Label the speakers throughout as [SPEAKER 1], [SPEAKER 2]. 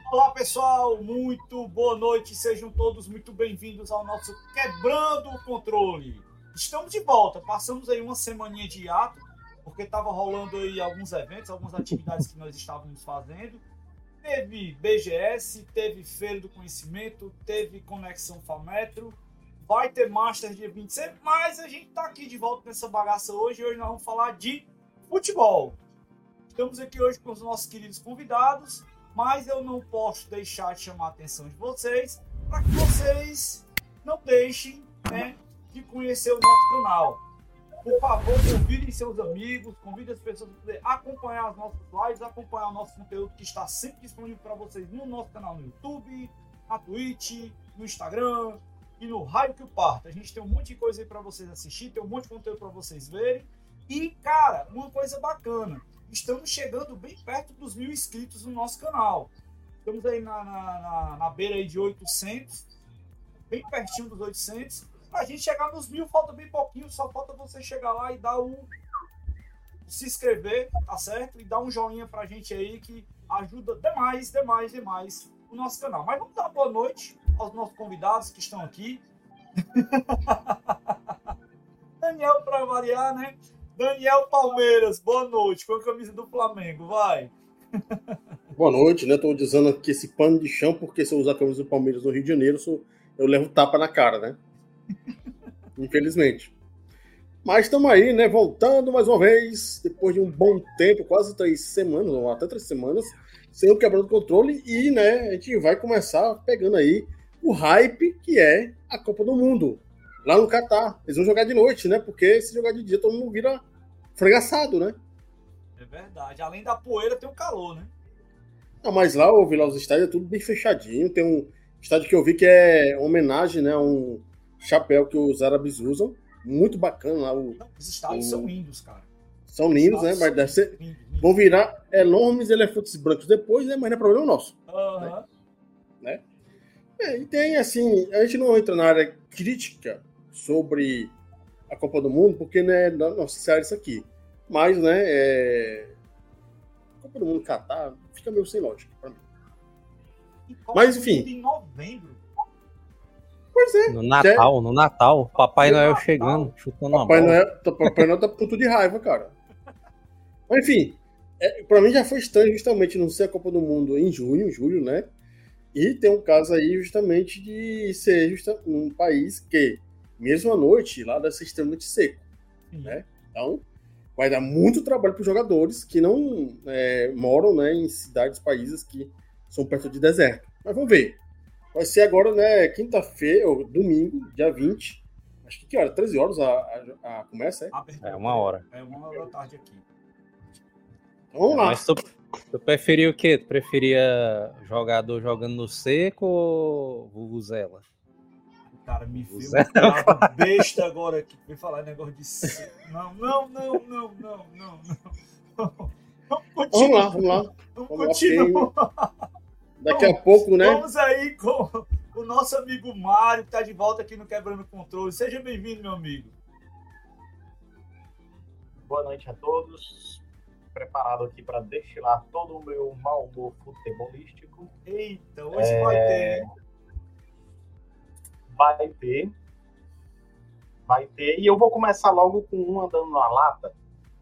[SPEAKER 1] Olá pessoal, muito boa noite, sejam todos muito bem-vindos ao nosso Quebrando o Controle. Estamos de volta, passamos aí uma semaninha de hiato, porque estava rolando aí alguns eventos, algumas atividades que nós estávamos fazendo. Teve BGS, teve Feira do Conhecimento, teve Conexão Fametro, vai ter Master dia 26, mas a gente está aqui de volta nessa bagaça hoje e hoje nós vamos falar de futebol. Estamos aqui hoje com os nossos queridos convidados, mas eu não posso deixar de chamar a atenção de vocês para que vocês não deixem, de conhecer o nosso canal. Por favor, convidem seus amigos, convidem as pessoas para poder acompanhar as nossas lives, acompanhar o nosso conteúdo que está sempre disponível para vocês no nosso canal no YouTube, na Twitch, no Instagram e no Raio que o Parta. A gente tem um monte de coisa aí para vocês assistir, tem um monte de conteúdo para vocês verem. E, cara, uma coisa bacana, estamos chegando bem perto dos 1.000 inscritos no nosso canal. Estamos aí na beira aí de 800, bem pertinho dos 800. Pra gente chegar nos 1.000, falta bem pouquinho, só falta você chegar lá e dar se inscrever, tá certo? E dar um joinha pra gente aí, que ajuda demais o nosso canal. Mas vamos dar boa noite aos nossos convidados que estão aqui. Daniel, pra variar, né? Daniel Palmeiras, boa noite, com a camisa do Flamengo, vai.
[SPEAKER 2] Boa noite, né? Tô dizendo aqui esse pano de chão, porque se eu usar a camisa do Palmeiras no Rio de Janeiro, eu levo tapa na cara, né? Infelizmente. Mas estamos aí, né? Voltando mais uma vez, depois de um bom tempo, quase 3 semanas, ou até 3 semanas, sem o Quebrando o Controle, e, né, a gente vai começar pegando aí o hype que é a Copa do Mundo, lá no Catar. Eles vão jogar de noite, né? Porque se jogar de dia, todo mundo vira fregaçado, né?
[SPEAKER 1] É verdade. Além da poeira, tem o calor, né?
[SPEAKER 2] Não, mas lá, eu vi lá os estádios, é tudo bem fechadinho. Tem um estádio que eu vi que é homenagem, né, a um chapéu que os árabes usam. Muito bacana lá.
[SPEAKER 1] Os estádios são lindos, cara.
[SPEAKER 2] São lindos, né? Mas deve ser... Lindos. Vão virar enormes elefantes brancos depois, né? Mas não é problema nosso. Né? E tem, assim... A gente não entra na área crítica sobre a Copa do Mundo, porque não é nossa área isso aqui. Mas, né? A Copa do Mundo Catar fica meio sem lógica pra mim. Mas, enfim...
[SPEAKER 1] Em novembro.
[SPEAKER 2] Pois é.
[SPEAKER 3] No Natal, Papai Noel chegando, chutando a bola.
[SPEAKER 2] Papai Noel tá puto de raiva, cara. Mas, enfim, pra mim já foi estranho justamente não ser a Copa do Mundo em julho, né? E tem um caso aí justamente de ser um país que, mesmo à noite, lá deve ser extremamente seco, né? Então, vai dar muito trabalho para os jogadores que não moram, né, em cidades, países que são perto de deserto. Mas vamos ver. Vai ser agora, né, quinta-feira, ou domingo, dia 20. Acho que hora? 13 horas a começa, é?
[SPEAKER 3] É 1h.
[SPEAKER 1] É 1h da tarde aqui.
[SPEAKER 2] Então, vamos lá.
[SPEAKER 3] Mas tu preferia o quê? Tu preferia jogador jogando no seco ou vuvuzela?
[SPEAKER 1] Cara, me viu um besta agora aqui. Vem falar negócio de seco. Não.
[SPEAKER 2] Vamos lá.
[SPEAKER 1] Vamos continuar.
[SPEAKER 2] Daqui a pouco, né?
[SPEAKER 1] Vamos aí com o nosso amigo Mário, que está de volta aqui no Quebrando o Controle. Seja bem-vindo, meu amigo.
[SPEAKER 4] Boa noite a todos. Preparado aqui para destilar todo o meu mau humor futebolístico.
[SPEAKER 1] Eita, hoje vai ter, hein?
[SPEAKER 4] Vai ter. E eu vou começar logo com um andando na lata.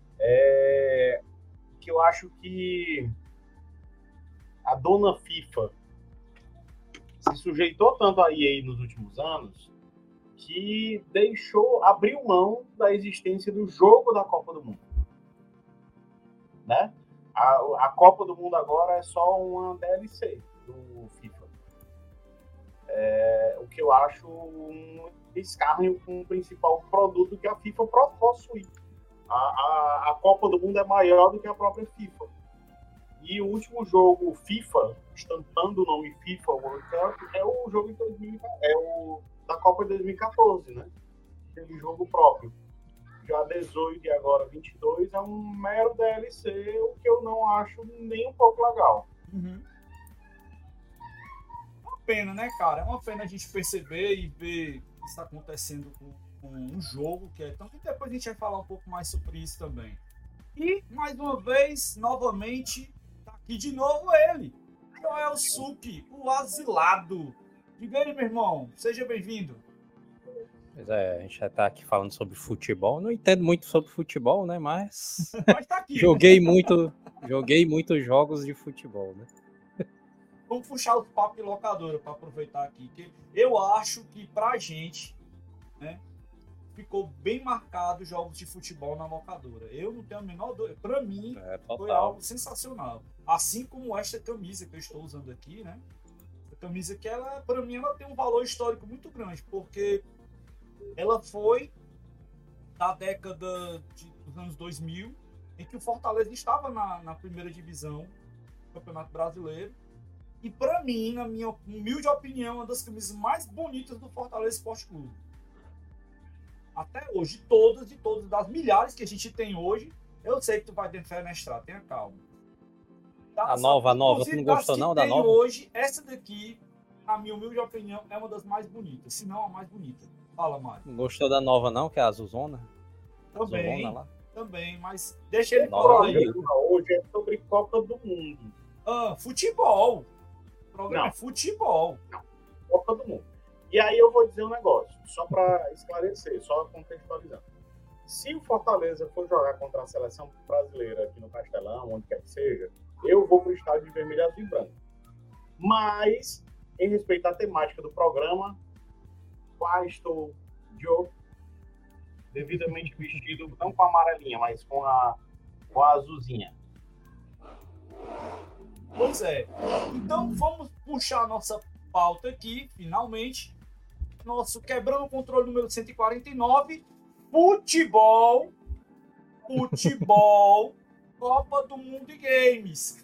[SPEAKER 4] Que eu acho que a dona FIFA se sujeitou tanto a EA nos últimos anos que abriu mão da existência do jogo da Copa do Mundo. Né? A Copa do Mundo agora é só uma DLC do FIFA. O que eu acho um escárnio com o principal produto que a FIFA possui. A Copa do Mundo é maior do que a própria FIFA. E o último jogo FIFA, estampando o nome FIFA World Cup, é o jogo da Copa de 2014, né? Aquele jogo próprio. Já 18 e agora 22 é um mero DLC, o que eu não acho nem um pouco legal.
[SPEAKER 1] Uma pena, né, cara? É uma pena a gente perceber e ver isso acontecendo com um jogo, que é tão que depois a gente vai falar um pouco mais sobre isso também. E, mais uma vez, novamente, tá aqui de novo ele, Joel Suki, o asilado. Diga aí, meu irmão, seja bem-vindo.
[SPEAKER 3] Pois é, a gente já tá aqui falando sobre futebol. Não entendo muito sobre futebol, né? Mas
[SPEAKER 1] Mas tá aqui.
[SPEAKER 3] joguei muitos jogos de futebol, né?
[SPEAKER 1] Vamos puxar os papos de locadora para aproveitar aqui. Que eu acho que pra gente, né, ficou bem marcado jogos de futebol na locadora. Eu não tenho a menor dúvida. Pra mim, foi algo sensacional. Assim como esta camisa que eu estou usando aqui, né? A camisa que ela, pra mim, ela tem um valor histórico muito grande, porque ela foi da década dos anos 2000, em que o Fortaleza estava na primeira divisão do Campeonato Brasileiro. E para mim, na minha humilde opinião, uma das camisas mais bonitas do Fortaleza Esporte Clube. Até hoje, todas, das milhares que a gente tem hoje, eu sei que tu vai defenestrar, tenha calma.
[SPEAKER 3] A nova, tu não gostou não da nova?
[SPEAKER 1] Hoje, essa daqui, na minha humilde opinião, é uma das mais bonitas, se não a mais bonita. Fala, Mário.
[SPEAKER 3] Não gostou da nova não, que é a azulzona?
[SPEAKER 1] Também,
[SPEAKER 3] azulona lá.
[SPEAKER 1] Também, mas deixa ele
[SPEAKER 4] falar
[SPEAKER 1] aí.
[SPEAKER 4] Hoje é sobre Copa do Mundo.
[SPEAKER 1] Futebol. O programa
[SPEAKER 4] Não.
[SPEAKER 1] É futebol.
[SPEAKER 4] Não, Copa do Mundo. E aí eu vou dizer um negócio, só para esclarecer, só contextualizando. Se o Fortaleza for jogar contra a seleção brasileira aqui no Castelão, onde quer que seja, eu vou pro estádio de vermelho, azul e branco. Mas, em respeito à temática do programa, estou devidamente vestido, não com a amarelinha, mas com a azulzinha.
[SPEAKER 1] Pois é. Então vamos puxar a nossa pauta aqui, finalmente. Nosso Quebrando o Controle número 149. Futebol. Copa do Mundo e Games.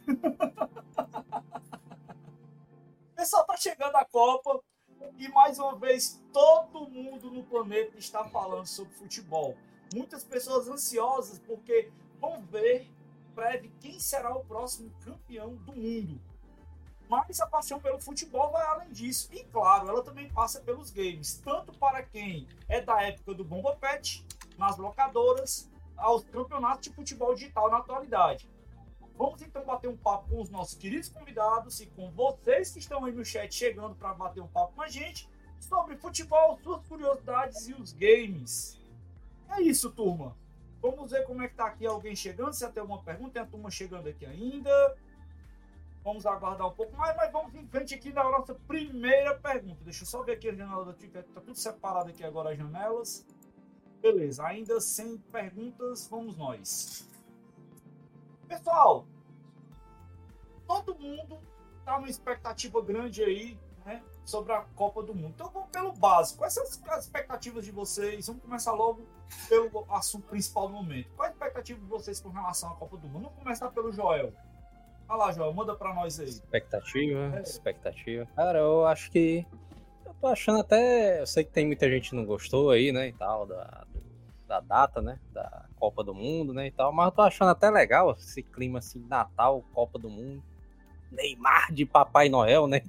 [SPEAKER 1] Pessoal, tá chegando a Copa. E mais uma vez, todo mundo no planeta está falando sobre futebol. Muitas pessoas ansiosas porque vão ver breve quem será o próximo campeão do mundo. Mas a paixão pelo futebol vai além disso. E claro, ela também passa pelos games. Tanto para quem é da época do Bomba Pet, nas locadoras, aos campeonatos de futebol digital na atualidade. Vamos então bater um papo com os nossos queridos convidados e com vocês que estão aí no chat chegando para bater um papo com a gente sobre futebol, suas curiosidades e os games. É isso, turma. Vamos ver como é que tá aqui alguém chegando, se tem alguma pergunta. Tem a turma chegando aqui ainda. Vamos aguardar um pouco mais, mas vamos em frente aqui na nossa primeira pergunta. Deixa eu só ver aqui a janela da Twitter. Tá tudo separado aqui agora as janelas. Beleza, ainda sem perguntas, vamos nós. Pessoal, todo mundo tá numa expectativa grande aí, né, sobre a Copa do Mundo. Então vamos pelo básico. Quais são as expectativas de vocês? Vamos começar logo pelo assunto principal do momento. Qual a expectativa de vocês com relação à Copa do Mundo? Vamos começar pelo Joel. Vai lá, Joel, manda pra nós aí.
[SPEAKER 3] Expectativa. Cara, eu acho que... Eu tô achando até... Eu sei que tem muita gente que não gostou aí, né, e tal, da data, né, da Copa do Mundo, né, e tal, mas eu tô achando até legal esse clima, assim, Natal, Copa do Mundo, Neymar de Papai Noel, né,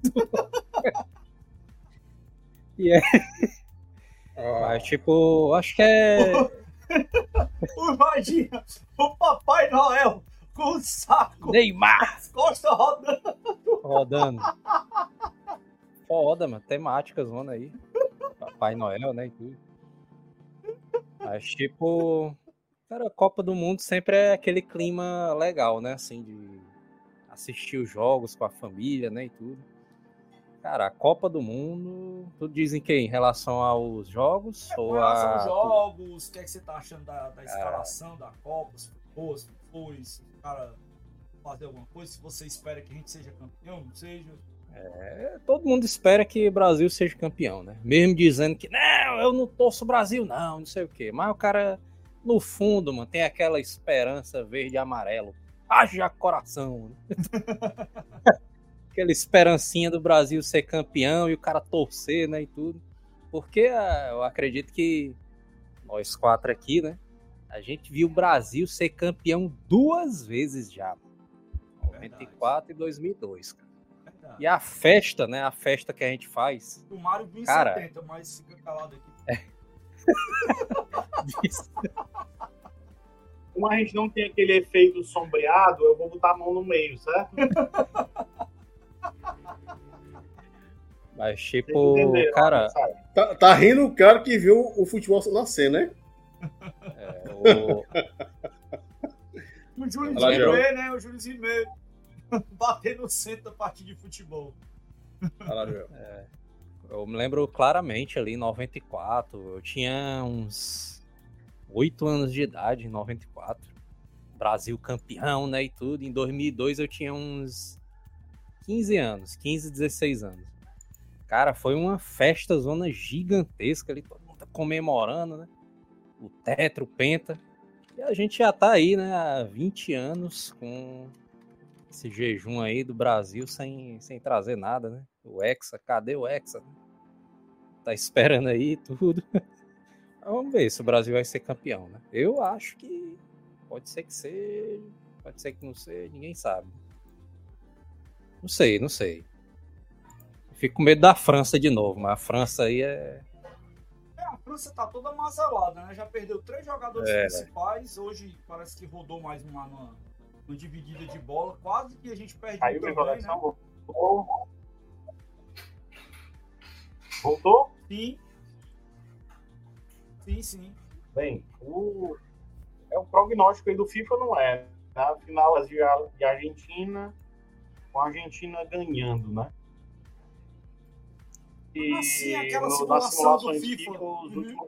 [SPEAKER 3] e é... Mas, tipo, acho que é...
[SPEAKER 1] Imagina, o Papai Noel com o saco,
[SPEAKER 3] Neymar,
[SPEAKER 1] as costas
[SPEAKER 3] rodando. Foda, mano, temática zona aí, Papai Noel, né, e tudo. Mas, tipo, cara, a Copa do Mundo sempre é aquele clima legal, né? Assim, de assistir os jogos com a família, né? E tudo. Cara, a Copa do Mundo, tudo dizem que em relação aos jogos?
[SPEAKER 1] Com relação aos jogos, o que é que você tá achando da escalação da Copa? Se foi boa, se foi, se o cara fazer alguma coisa, se você espera que a gente seja campeão, não seja...
[SPEAKER 3] todo mundo espera que o Brasil seja campeão, né? Mesmo dizendo que, não, eu não torço o Brasil, não sei o quê. Mas o cara, no fundo, mano, tem aquela esperança verde e amarelo. Haja coração. Aquela esperancinha do Brasil ser campeão e o cara torcer, né, e tudo. Porque eu acredito que nós quatro aqui, né, a gente viu o Brasil ser campeão 2 vezes já. 94 e 2002, cara. E a festa, né? A festa que a gente faz.
[SPEAKER 1] O Mário viu em
[SPEAKER 3] cara,
[SPEAKER 1] 70, mas fica calado aqui.
[SPEAKER 4] Como a gente não tem aquele efeito sombreado, eu vou botar a mão no meio, certo?
[SPEAKER 3] Mas,
[SPEAKER 4] Vocês
[SPEAKER 3] tipo,
[SPEAKER 4] entenderam a
[SPEAKER 3] cara,
[SPEAKER 4] mensagem?
[SPEAKER 2] Tá rindo o cara que viu o futebol nascer, né?
[SPEAKER 3] o,
[SPEAKER 1] O Júlio
[SPEAKER 2] Olha lá, João.
[SPEAKER 1] Zimmer, né? O Júlio Zimmer bater no centro da partida de futebol.
[SPEAKER 2] Olha lá, Joel.
[SPEAKER 3] eu me lembro claramente ali em 94, eu tinha uns 8 anos de idade em 94. Brasil campeão, né, e tudo. Em 2002 eu tinha uns 15 anos, 15, 16 anos. Cara, foi uma festa zona gigantesca ali, todo mundo tá comemorando, né? O tetra, o penta. E a gente já tá aí, né, há 20 anos com esse jejum aí do Brasil sem trazer nada, né? O Hexa, cadê o Hexa? Tá esperando aí tudo. Vamos ver se o Brasil vai ser campeão, né? Eu acho que pode ser que seja, pode ser que não seja, ninguém sabe. Não sei. Fico com medo da França de novo, mas a França aí
[SPEAKER 1] A França tá toda amazelada, né? Já perdeu 3 jogadores principais. Hoje parece que rodou mais uma dividida de bola. Quase que a gente perde
[SPEAKER 4] Aí o
[SPEAKER 1] também,
[SPEAKER 4] conexão
[SPEAKER 1] né?
[SPEAKER 4] voltou?
[SPEAKER 1] Sim.
[SPEAKER 4] Bem, o prognóstico aí do FIFA não é. Na final de Argentina, com a Argentina ganhando, né? E
[SPEAKER 1] Assim, aquela
[SPEAKER 4] nas
[SPEAKER 1] simulação do
[SPEAKER 4] simulações
[SPEAKER 1] FIFA.
[SPEAKER 4] os últimos.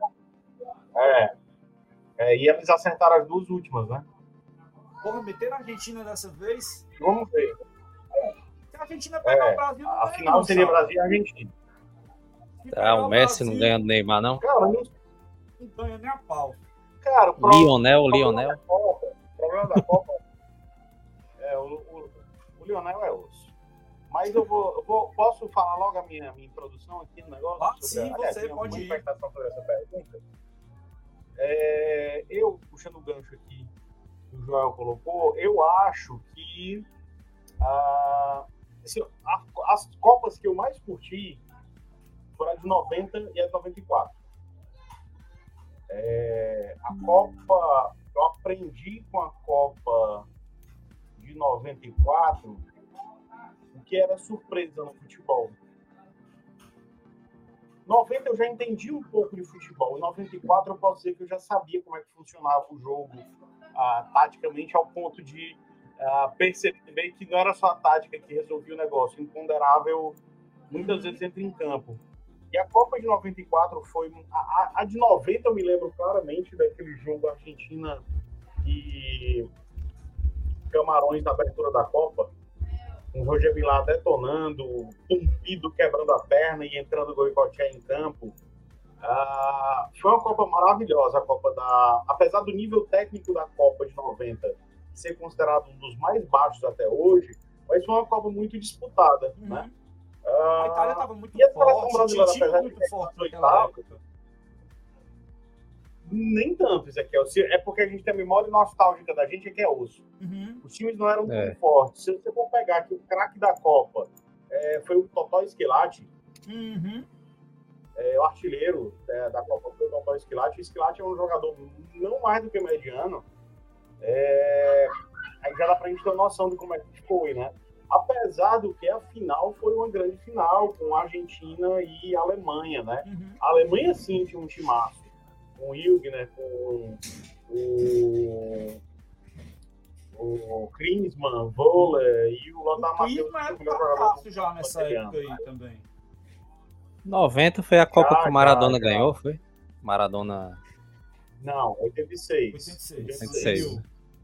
[SPEAKER 4] E eles acertaram as 2 últimas, né?
[SPEAKER 1] Porra, meteram a Argentina dessa vez.
[SPEAKER 4] Vamos ver.
[SPEAKER 1] Se a Argentina pegar o Brasil, não
[SPEAKER 4] A
[SPEAKER 1] ganha,
[SPEAKER 4] final
[SPEAKER 1] não,
[SPEAKER 4] seria
[SPEAKER 1] sabe?
[SPEAKER 4] Brasil e Argentina.
[SPEAKER 1] Se pegar
[SPEAKER 3] o Messi
[SPEAKER 1] Brasil,
[SPEAKER 3] não ganha do Neymar, não?
[SPEAKER 4] Cara,
[SPEAKER 1] não ganha nem a pau.
[SPEAKER 4] cara, o
[SPEAKER 3] Lionel.
[SPEAKER 4] problema da Copa o Lionel é osso. Mas eu posso falar logo a minha introdução aqui no negócio?
[SPEAKER 1] Ah, sim, você
[SPEAKER 4] minha
[SPEAKER 1] pode ir.
[SPEAKER 4] manifestação sobre essa pergunta. Eu, puxando o gancho aqui que o Joel colocou, eu acho que as Copas que eu mais curti foram a de 90 e a de 94. A Copa, eu aprendi com a Copa de 94 o que era surpresa no futebol. 90 eu já entendi um pouco de futebol. Em 94 eu posso dizer que eu já sabia como é que funcionava o jogo taticamente, ao ponto de perceber que não era só a tática que resolvia o negócio. O imponderável muitas vezes entra em campo. E a Copa de 94 foi... A de 90 eu me lembro claramente daquele jogo Argentina e Camarões na abertura da Copa. Com o Roger Milá detonando, Pumpido quebrando a perna e entrando o Goicoechea em campo. Foi uma Copa maravilhosa, a Copa apesar do nível técnico da Copa de 90 ser considerado um dos mais baixos até hoje, mas foi uma Copa muito disputada, né?
[SPEAKER 1] A Itália estava muito forte, muito forte naquela época.
[SPEAKER 4] Nem tanto, Ezequiel. É porque a gente tem a memória nostálgica da gente, que é osso. Os times não eram muito fortes. Se você for pegar que o craque da Copa foi o Totó Schillaci, o artilheiro da Copa foi o Totó Schillaci. O Schillaci é um jogador não mais do que mediano. Aí já dá pra gente ter uma noção de como é que foi, né? Apesar do que a final foi uma grande final com a Argentina e a Alemanha, né? A Alemanha, sim, tinha um timaço. Com o Hilgner, com o Klinsmann, Voller e o Lothar Matthäus.
[SPEAKER 1] O Klinsmann era fácil já nessa época aí também.
[SPEAKER 3] 90 foi a Copa que o Maradona ganhou, foi? Maradona...
[SPEAKER 4] Não, 86.
[SPEAKER 3] 86.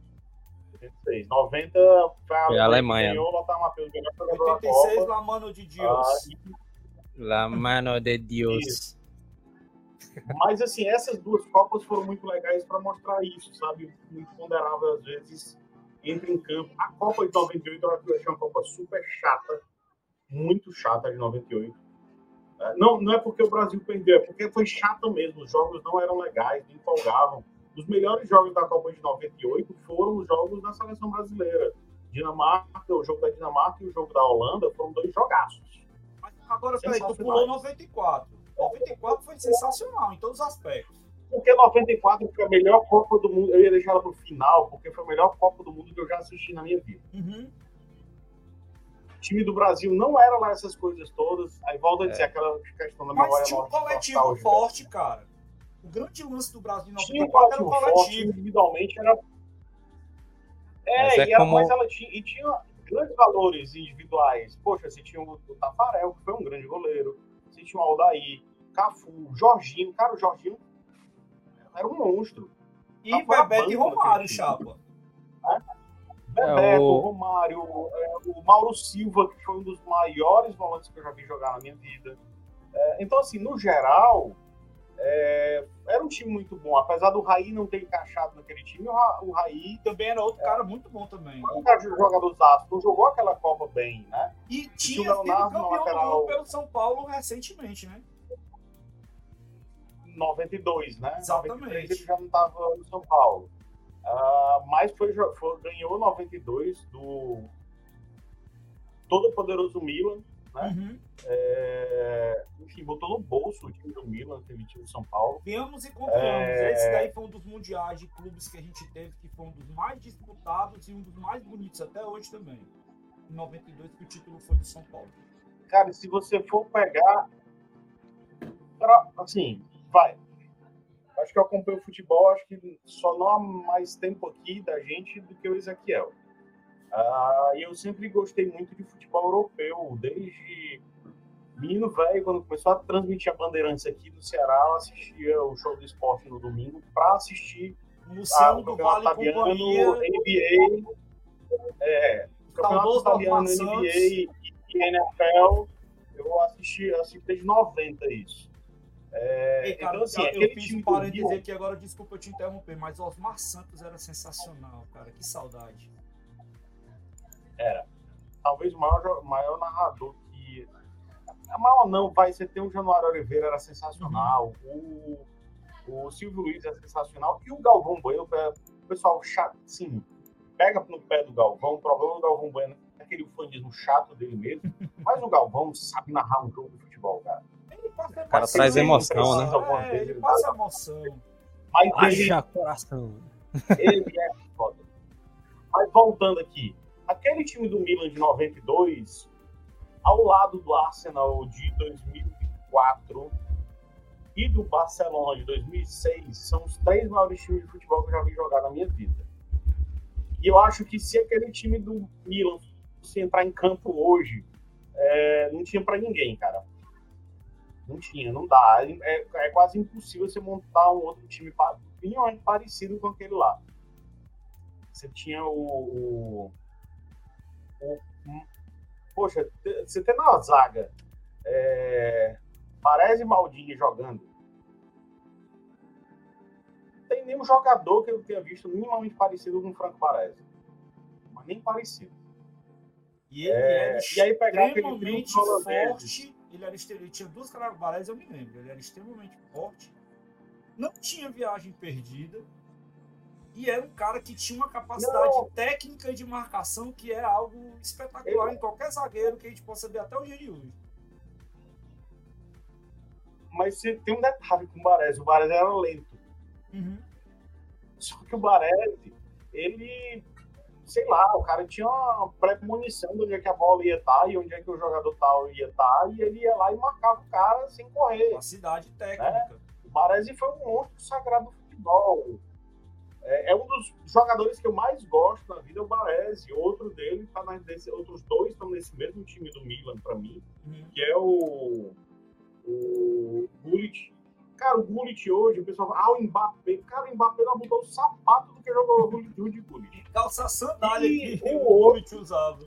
[SPEAKER 4] 90
[SPEAKER 3] foi a Alemanha.
[SPEAKER 4] Ganhou, o Lothar Matthäus ganhou a
[SPEAKER 1] 86,
[SPEAKER 4] Copa.
[SPEAKER 1] La Mano de Deus.
[SPEAKER 3] La Mano de Deus.
[SPEAKER 4] Isso. Mas, assim, essas 2 Copas foram muito legais para mostrar isso, sabe? O imponderável, às vezes, entra em campo. A Copa de 98 eu achei uma Copa super chata, muito chata de 98. Não é porque o Brasil perdeu, é porque foi chato mesmo. Os jogos não eram legais, não empolgavam. Os melhores jogos da Copa de 98 foram os jogos da seleção brasileira. Dinamarca, o jogo da Dinamarca e o jogo da Holanda foram 2 jogaços.
[SPEAKER 1] Mas agora, peraí, tu pulou 94. 94 foi sensacional em todos os aspectos.
[SPEAKER 4] Porque 94 foi a melhor Copa do Mundo. Eu ia deixar ela pro final, porque foi a melhor Copa do Mundo que eu já assisti na minha vida. time do Brasil não era lá essas coisas todas. Aí volta a dizer aquela questão da memória.
[SPEAKER 1] Mas tinha um coletivo forte, cara. O grande lance do Brasil em
[SPEAKER 4] tinha
[SPEAKER 1] 94 era o
[SPEAKER 4] forte,
[SPEAKER 1] coletivo.
[SPEAKER 4] Individualmente era. Mas ela tinha grandes valores individuais. Poxa, você tinha o Tafarel, que foi um grande goleiro. Você tinha o Aldair, Cafu, Jorginho. Cara, o Jorginho era um monstro.
[SPEAKER 1] E Bebeto e Romário, chapa.
[SPEAKER 4] Bebeto, Romário, o Mauro Silva, que foi um dos maiores volantes que eu já vi jogar na minha vida. Então, assim, no geral, era um time muito bom. Apesar do Raí não ter encaixado naquele time, o Raí
[SPEAKER 1] também era outro cara muito bom também.
[SPEAKER 4] Um cara de jogadorzaço, não jogou aquela Copa bem, né?
[SPEAKER 1] E tinha sido campeão do mundo pelo São Paulo recentemente, né?
[SPEAKER 4] 92, né?
[SPEAKER 1] Exatamente.
[SPEAKER 4] 93 ele já não estava no São Paulo. Mas ganhou 92 do todo-poderoso Milan, né?
[SPEAKER 1] Uhum.
[SPEAKER 4] Enfim, botou no bolso o time do Milan, aquele time do São Paulo.
[SPEAKER 1] Viemos e confiamos. Esse daí foi um dos mundiais de clubes que a gente teve, que foi um dos mais disputados e um dos mais bonitos até hoje também. Em 92, que o título foi do São Paulo.
[SPEAKER 4] Cara, se você for pegar... Assim, vai... Acho que eu acompanho o futebol, acho que só não há mais tempo aqui da gente do que o Ezequiel. E eu sempre gostei muito de futebol europeu, desde menino velho, quando começou a transmitir a Bandeirantes aqui do Ceará, eu assistia o show do esporte no domingo para assistir
[SPEAKER 1] Luciano do Vale e companhia,
[SPEAKER 4] NBA, Campeonato Italiano, NBA e NFL, eu assisti desde 90 isso.
[SPEAKER 1] Cara,
[SPEAKER 4] então, assim,
[SPEAKER 1] eu fiz um parênteses aqui agora, desculpa eu te interromper, mas Osmar Santos era sensacional, cara, que saudade.
[SPEAKER 4] Era. Talvez o maior narrador que... Maior não, você tem o Januário Oliveira, era sensacional, o Silvio Luiz era sensacional, e o Galvão Bueno, o pessoal chato, sim, pega no pé do Galvão, o problema do Galvão Bueno é aquele ufanismo chato dele mesmo, mas o Galvão sabe narrar um jogo de futebol, cara.
[SPEAKER 3] O cara traz emoção, né?
[SPEAKER 1] Ele passa emoção.
[SPEAKER 4] Mas
[SPEAKER 3] Haja coração.
[SPEAKER 4] Ele é foda. Mas voltando aqui, aquele time do Milan de 92, ao lado do Arsenal de 2004 e do Barcelona de 2006, são os 3 maiores times de futebol que eu já vi jogar na minha vida. E eu acho que se aquele time do Milan fosse entrar em campo hoje, não tinha pra ninguém, cara. Não tinha, não dá. É quase impossível você montar um outro time minimamente parecido com aquele lá. Você tinha poxa, você tem na zaga Baresi e Maldini jogando. Não tem nenhum jogador que eu tenha visto minimamente parecido com o Franco Baresi. Mas nem parecido.
[SPEAKER 1] E ele era
[SPEAKER 4] extremamente
[SPEAKER 1] forte. Ele tinha 2 caras, Baresi, eu me lembro. Ele era extremamente forte. Não tinha viagem perdida. E era um cara que tinha uma capacidade técnica de marcação que é algo espetacular em qualquer zagueiro que a gente possa ver até o dia de hoje.
[SPEAKER 4] Mas tem um detalhe com o Baresi era lento.
[SPEAKER 1] Uhum.
[SPEAKER 4] Só que o Baresi, ele, sei lá, o cara tinha uma premonição de onde é que a bola ia estar e onde é que o jogador tal ia estar, e ele ia lá e marcava o cara sem correr.
[SPEAKER 1] Capacidade técnica.
[SPEAKER 4] Né? O Baresi foi um monstro sagrado do futebol. É um dos jogadores que eu mais gosto na vida, é o Baresi. Outro dele outros 2 estão nesse mesmo time do Milan, para mim, que é o Gullit. Cara, o Gullit hoje, o pessoal fala, o Mbappé. Cara, o Mbappé não botou o sapato do que jogou o Gullit.
[SPEAKER 1] Calça sandália que o Gullit usava.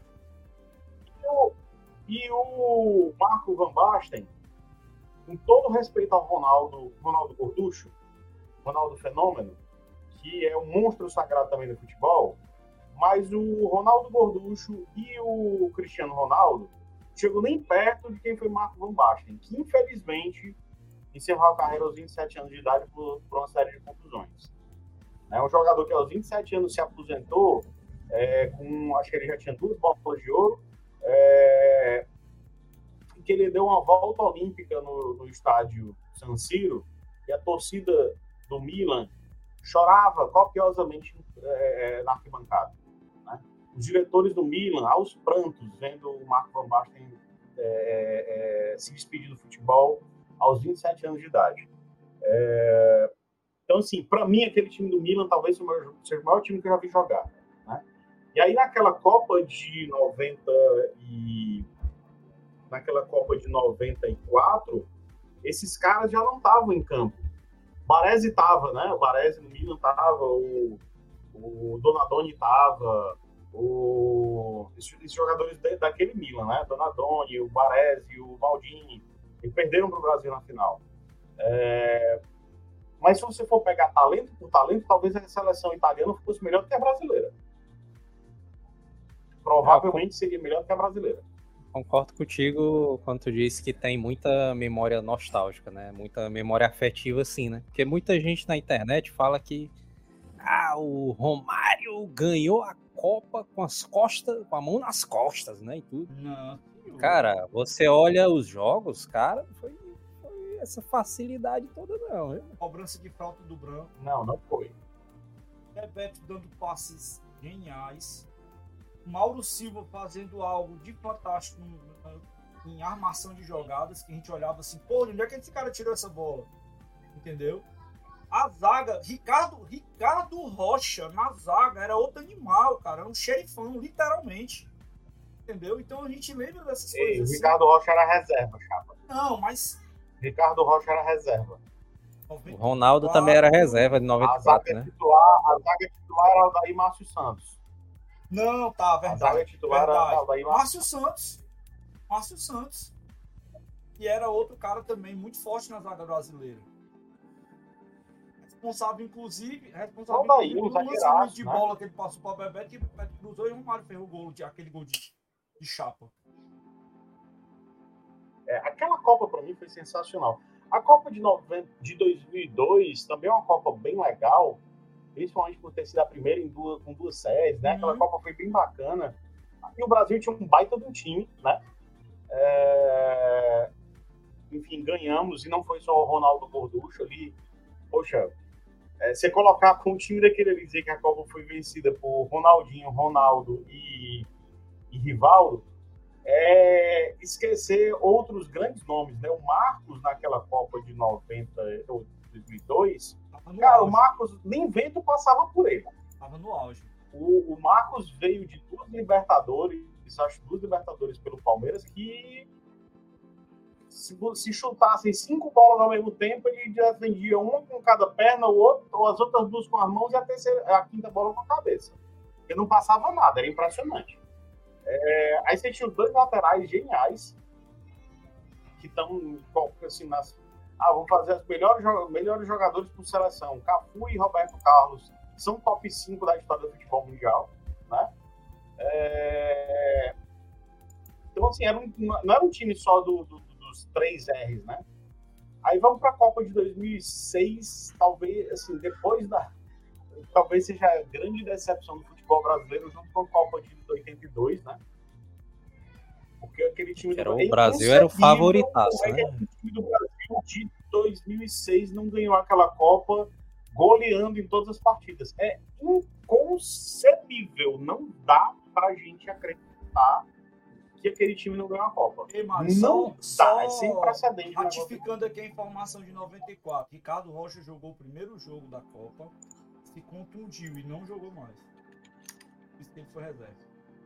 [SPEAKER 4] E o Marco Van Basten, com todo respeito ao Ronaldo Gorducho, Ronaldo Fenômeno, que é um monstro sagrado também do futebol, mas o Ronaldo Gorducho e o Cristiano Ronaldo chegou nem perto de quem foi Marco Van Basten, que infelizmente encerrou a carreira aos 27 anos de idade por uma série de contusões. É um jogador que aos 27 anos se aposentou, acho que ele já tinha 2 bolas de ouro, que ele deu uma volta olímpica no estádio San Siro, e a torcida do Milan chorava copiosamente na arquibancada. Né? os diretores do Milan, aos prantos, vendo o Marco Van Basten se despedir do futebol aos 27 anos de idade. Então, assim, para mim, aquele time do Milan talvez seja o maior time que eu já vi jogar, né? E aí, naquela Copa de 94, esses caras já não estavam em campo. O Baresi estava, né? O Baresi no Milan estava, o Donadoni estava, esses jogadores daquele Milan, né? Donadoni, o Baresi, o Maldini, eles perderam para o Brasil na final. Mas se você for pegar talento por talento, talvez a seleção italiana fosse melhor do que a brasileira. Provavelmente seria melhor do que a brasileira.
[SPEAKER 3] Concordo contigo quando tu disse que tem muita memória nostálgica, né? Muita memória afetiva, assim, né? Porque muita gente na internet fala que o Romário ganhou a Copa com a mão nas costas, né? E tudo.
[SPEAKER 1] Não.
[SPEAKER 3] Cara, você olha os jogos, cara, foi essa facilidade toda, não. Viu?
[SPEAKER 1] Cobrança de falta do Branco.
[SPEAKER 4] Não foi.
[SPEAKER 1] Bebeto dando passes geniais. Mauro Silva fazendo algo de fantástico em armação de jogadas, que a gente olhava assim, pô, onde é que esse cara tirou essa bola? Entendeu? A zaga, Ricardo Rocha na zaga, era outro animal, cara, era um xerifão, literalmente. Entendeu? Então a gente lembra dessas coisas assim.
[SPEAKER 4] Ricardo Rocha era reserva, chapa.
[SPEAKER 1] Não, mas...
[SPEAKER 4] Ricardo Rocha era reserva.
[SPEAKER 3] O Ronaldo também era reserva de 94, né?
[SPEAKER 4] A zaga titular era o daí Márcio Santos.
[SPEAKER 1] Não, tá, verdade.
[SPEAKER 4] A zaga titular era o daí
[SPEAKER 1] Márcio Santos. E era outro cara também muito forte na zaga brasileira. Responsável, inclusive, pelo lançamento de bola que ele passou para o Bebeto, que o Bebeto cruzou e o Romário fez o gol, aquele gol de chapa.
[SPEAKER 4] Aquela Copa, para mim, foi sensacional. A Copa de 2002 também é uma Copa bem legal, principalmente por ter sido a primeira com duas séries, né? Aquela Copa foi bem bacana. E o Brasil tinha um baita de um time, né? Enfim, ganhamos, e não foi só o Ronaldo Gorducho ali. Poxa, você colocar com o time daquele ali, dizer que a Copa foi vencida por Ronaldinho, Ronaldo e Rivaldo, esquecer outros grandes nomes, né? O Marcos, naquela Copa de 2002, cara, o Marcos, nem vento passava por ele.
[SPEAKER 1] Tava no auge.
[SPEAKER 4] O Marcos veio de duas Libertadores pelo Palmeiras, que se chutassem 5 bolas ao mesmo tempo, ele defendia uma com cada perna, ou as outras duas com as mãos, e a quinta bola com a cabeça. Porque não passava nada, era impressionante. Aí você tinha os dois laterais geniais, que estão assim, vamos fazer os melhores jogadores por seleção. Cafu e Roberto Carlos são top 5 da história do futebol mundial, né? Então, assim, não era um time só dos 3 R's, né? Aí vamos para a Copa de 2006, talvez, assim, talvez seja a grande decepção do futebol brasileiro junto com a Copa de 82, né? Porque aquele time
[SPEAKER 3] o Brasil era o favoritaço, né?
[SPEAKER 4] O time do Brasil de 2006 não ganhou aquela Copa goleando em todas as partidas. É inconcebível, não dá pra gente acreditar que aquele time não ganhou a Copa. Não dá, é sem precedente.
[SPEAKER 1] Ratificando aqui a informação de 94, Ricardo Rocha jogou o primeiro jogo da Copa, se contundiu e não jogou mais. Isso que ele foi reserva.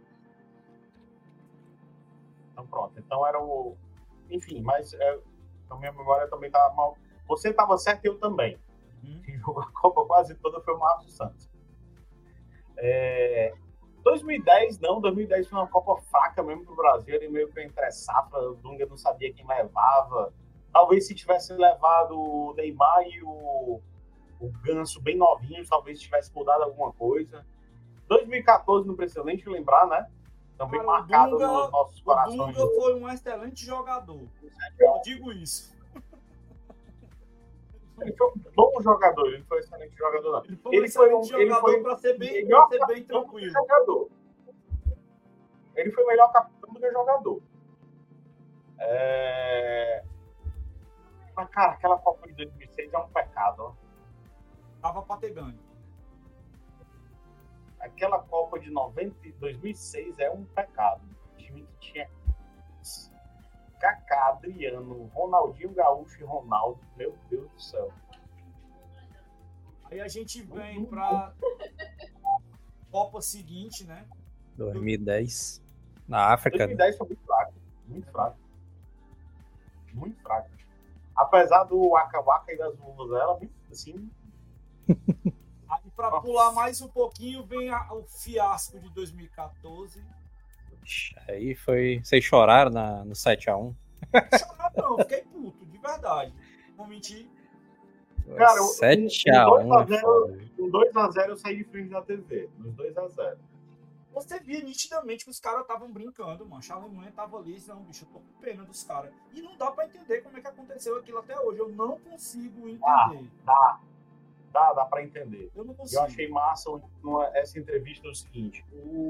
[SPEAKER 4] Então pronto, então era o... Enfim, mas a minha memória também estava mal. Você estava certo e eu também. Quem jogou a Copa quase toda foi o Márcio Santos. 2010 foi uma Copa fraca mesmo pro Brasil, ele meio que entre safra, o Dunga não sabia quem levava. Talvez se tivesse levado o Neymar e o Ganso bem novinhos, talvez tivesse mudado alguma coisa. 2014 não precisa nem te lembrar, né? Também marcado nos nossos corações.
[SPEAKER 1] O Dunga foi um excelente jogador. Eu digo isso.
[SPEAKER 4] Ele foi um bom jogador, ele foi um excelente jogador, não.
[SPEAKER 1] Ele foi um jogador para ser bem tranquilo.
[SPEAKER 4] Jogador. Ele foi melhor capitão do que jogador. Mas, cara, aquela Copa de 2006 é um pecado, ó.
[SPEAKER 1] Tava pra ter ganho.
[SPEAKER 4] aquela Copa de 2006 é um pecado. O time que tinha Kaká, Adriano, Ronaldinho Gaúcho e Ronaldo, meu Deus do céu.
[SPEAKER 1] Aí a gente vem pra Copa seguinte, né?
[SPEAKER 3] 2010. Na África.
[SPEAKER 4] 2010 foi muito fraco. Muito fraco. Muito fraco. Apesar do Waka Waka e das luvas dela, assim.
[SPEAKER 1] Aí pra pular mais um pouquinho, vem o fiasco de 2014.
[SPEAKER 3] Aí foi. Vocês choraram no 7x1?
[SPEAKER 1] Chorar não, fiquei puto, de verdade. Não mentir.
[SPEAKER 4] Cara,
[SPEAKER 3] 7x1.
[SPEAKER 4] Com 2x0 eu saí de frente da TV. Nos 2x0.
[SPEAKER 1] Você via nitidamente que os caras estavam brincando, mano. A Alemanha tava ali, não, bicho, eu tô com pena dos caras. E não dá pra entender como é que aconteceu aquilo até hoje. Eu não consigo entender.
[SPEAKER 4] Dá pra entender.
[SPEAKER 1] Eu não consigo.
[SPEAKER 4] Eu achei massa essa entrevista o seguinte.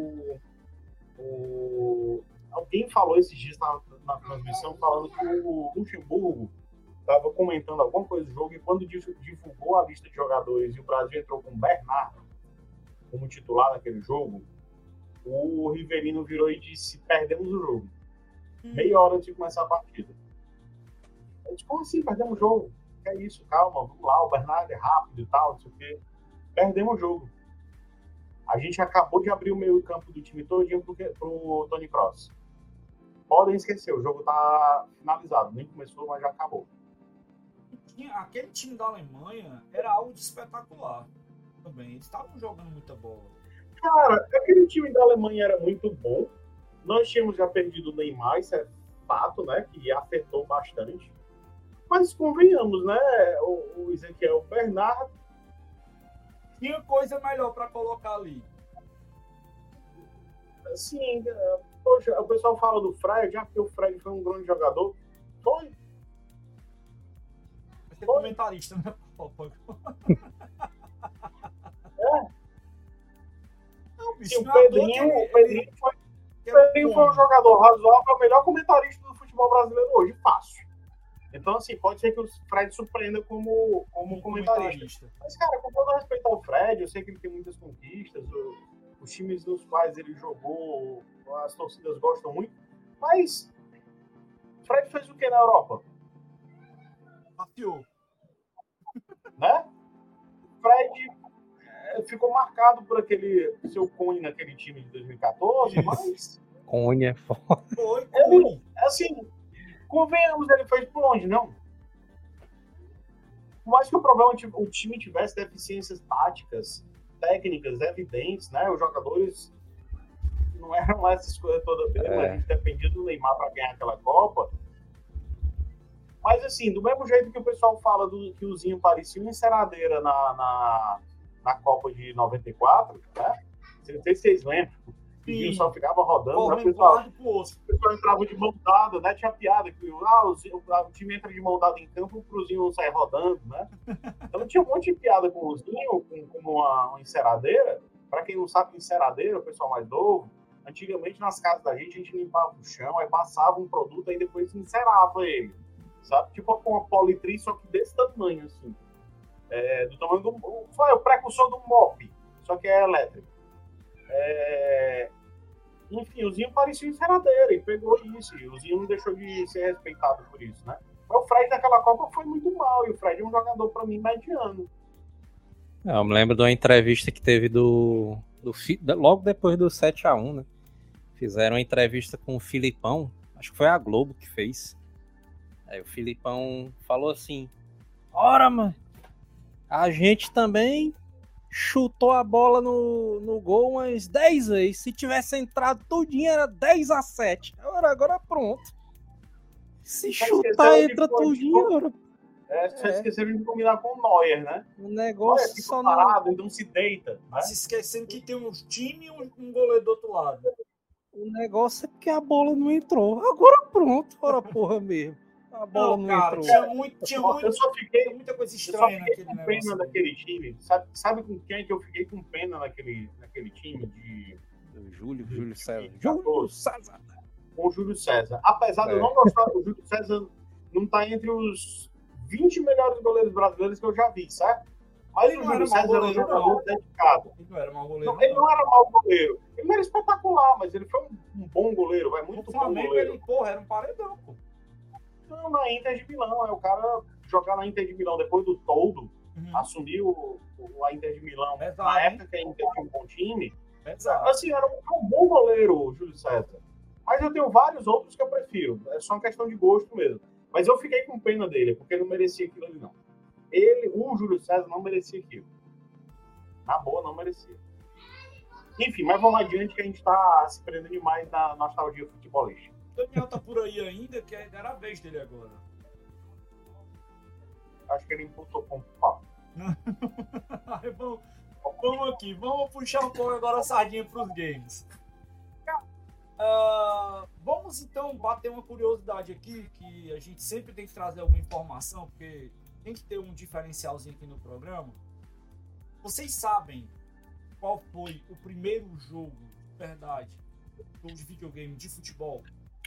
[SPEAKER 4] Alguém falou esses dias na transmissão falando que o Luxemburgo estava comentando alguma coisa do jogo e quando divulgou a lista de jogadores e o Brasil entrou com o Bernardo como titular naquele jogo, o Rivelino virou e disse: perdemos o jogo. Meia hora antes de começar a partida. Eu disse: como assim? Perdemos o jogo? Que é isso? Calma, vamos lá, o Bernardo é rápido e tal, não sei o quê. Perdemos o jogo. A gente acabou de abrir o meio campo do time todinho pro Toni Kroos. Podem esquecer, o jogo tá finalizado. Nem começou, mas já acabou.
[SPEAKER 1] Aquele time da Alemanha era algo de espetacular também. Eles estavam jogando muita bola.
[SPEAKER 4] Cara, aquele time da Alemanha era muito bom. Nós tínhamos já perdido o Neymar, isso é fato, né? Que afetou bastante. Mas convenhamos, né? O Ezequiel Bernardo
[SPEAKER 1] tinha coisa melhor para colocar ali.
[SPEAKER 4] Assim, poxa, o pessoal fala do Fred, porque o Fred foi um grande jogador. Foi.
[SPEAKER 1] Vai ser comentarista, né? Não, bicho,
[SPEAKER 4] sim, o Pedrinho foi um jogador razoável, o melhor comentarista do futebol brasileiro hoje, fácil. Então, assim, pode ser que o Fred surpreenda como comentarista. Mas, cara, com todo respeito ao Fred, eu sei que ele tem muitas conquistas, os times nos quais ele jogou, as torcidas gostam muito, mas o Fred fez o que na Europa?
[SPEAKER 1] Passeou.
[SPEAKER 4] Né? O Fred ficou marcado por aquele seu Cone naquele time de 2014, mas...
[SPEAKER 3] Cone é foda.
[SPEAKER 1] Foi, Cone.
[SPEAKER 4] Assim... Convenhamos, ele fez por onde, não? Por mais que o time tivesse deficiências táticas, técnicas evidentes, né? Os jogadores não eram essas coisas todas mesmo, a gente dependia do Neymar para ganhar aquela Copa. Mas, assim, do mesmo jeito que o pessoal fala que o Zinho parecia uma enceradeira na Copa de 94, né? Não sei se vocês lembram. O Zinho só ficava rodando, né? O pessoal entrava de mão dada, né? Tinha piada que o time entra de mão dada em campo, o Cruzinho não sai rodando, né? Então tinha um monte de piada com o Zinho, como uma enceradeira. Para quem não sabe, enceradeira, o pessoal mais novo, antigamente nas casas da gente, a gente limpava o chão, aí passava um produto, aí depois encerava ele, sabe? Tipo uma politriz, só que desse tamanho, assim. Do tamanho foi o precursor do mop, só que é elétrico. Enfim, o Zinho parecia enceradeira e pegou isso. E o Zinho não deixou de ser respeitado por isso, né? Mas o Fred naquela Copa foi muito mal. E o Fred é um jogador, pra mim, mediano.
[SPEAKER 3] Eu me lembro de uma entrevista que teve logo depois do 7x1, né? Fizeram uma entrevista com o Filipão. Acho que foi a Globo que fez. Aí o Filipão falou assim: ora, mano, a gente também chutou a bola no gol umas 10 vezes. Se tivesse entrado tudinho, era 10-7. Agora pronto. Se chutar, entra tudinho.
[SPEAKER 4] Vocês esqueceram de combinar com o Neuer, né?
[SPEAKER 3] O negócio
[SPEAKER 4] fica
[SPEAKER 3] só
[SPEAKER 4] parado, então se deita. Né?
[SPEAKER 1] Se esquecendo que tem um time e um goleiro do outro lado.
[SPEAKER 3] O negócio é porque a bola não entrou. Agora pronto. Ora porra mesmo. A bola não entrou.
[SPEAKER 4] Tinha
[SPEAKER 1] muita coisa estranha naquele
[SPEAKER 4] com
[SPEAKER 1] negócio.
[SPEAKER 4] Pena naquele time. Sabe com quem que eu fiquei com pena naquele time de...
[SPEAKER 3] Júlio César.
[SPEAKER 4] Júlio César. Com o Júlio César. Apesar de eu não gostar, o Júlio César não tá entre os 20 melhores goleiros brasileiros que eu já vi, certo? Mas
[SPEAKER 1] Ele
[SPEAKER 4] o
[SPEAKER 1] não era
[SPEAKER 4] Júlio
[SPEAKER 1] mau
[SPEAKER 4] César era um
[SPEAKER 1] goleiro,
[SPEAKER 4] jogador
[SPEAKER 1] não.
[SPEAKER 4] dedicado.
[SPEAKER 1] Ele não era mau goleiro,
[SPEAKER 4] Não, ele
[SPEAKER 1] não.
[SPEAKER 4] não era mau goleiro. Ele não era espetacular, mas ele foi um bom goleiro, vai
[SPEAKER 1] No
[SPEAKER 4] muito bom
[SPEAKER 1] Flamengo,
[SPEAKER 4] goleiro.
[SPEAKER 1] ele, porra, era um paredão, pô.
[SPEAKER 4] Não, na Inter de Milão. É o cara jogar na Inter de Milão depois do Toldo,
[SPEAKER 1] Uhum.
[SPEAKER 4] assumiu a Inter de Milão.
[SPEAKER 1] Exato,
[SPEAKER 4] Na
[SPEAKER 1] hein?
[SPEAKER 4] época que a Inter tinha um bom time.
[SPEAKER 1] Exato.
[SPEAKER 4] Assim, era um bom goleiro, o Júlio César. Mas eu tenho vários outros que eu prefiro. É só uma questão de gosto mesmo. Mas eu fiquei com pena dele, porque ele não merecia aquilo ali, não. O Júlio César, não merecia aquilo. Na boa, não merecia. Enfim, mas vamos adiante que a gente está se prendendo demais na nostalgia futebolística.
[SPEAKER 1] O Daniel tá por aí ainda, que era a vez dele agora.
[SPEAKER 4] Acho que ele imputou com o papo.
[SPEAKER 1] Aí, vamos aqui, vamos puxar um pouco agora a sardinha para os games. Vamos então bater uma curiosidade aqui, que a gente sempre tem que trazer alguma informação, porque tem que ter um diferencialzinho aqui no programa. Vocês sabem qual foi o primeiro jogo, de verdade, jogo de videogame de futebol?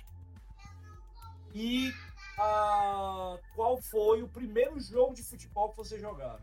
[SPEAKER 1] E qual foi o primeiro jogo de futebol que vocês jogaram?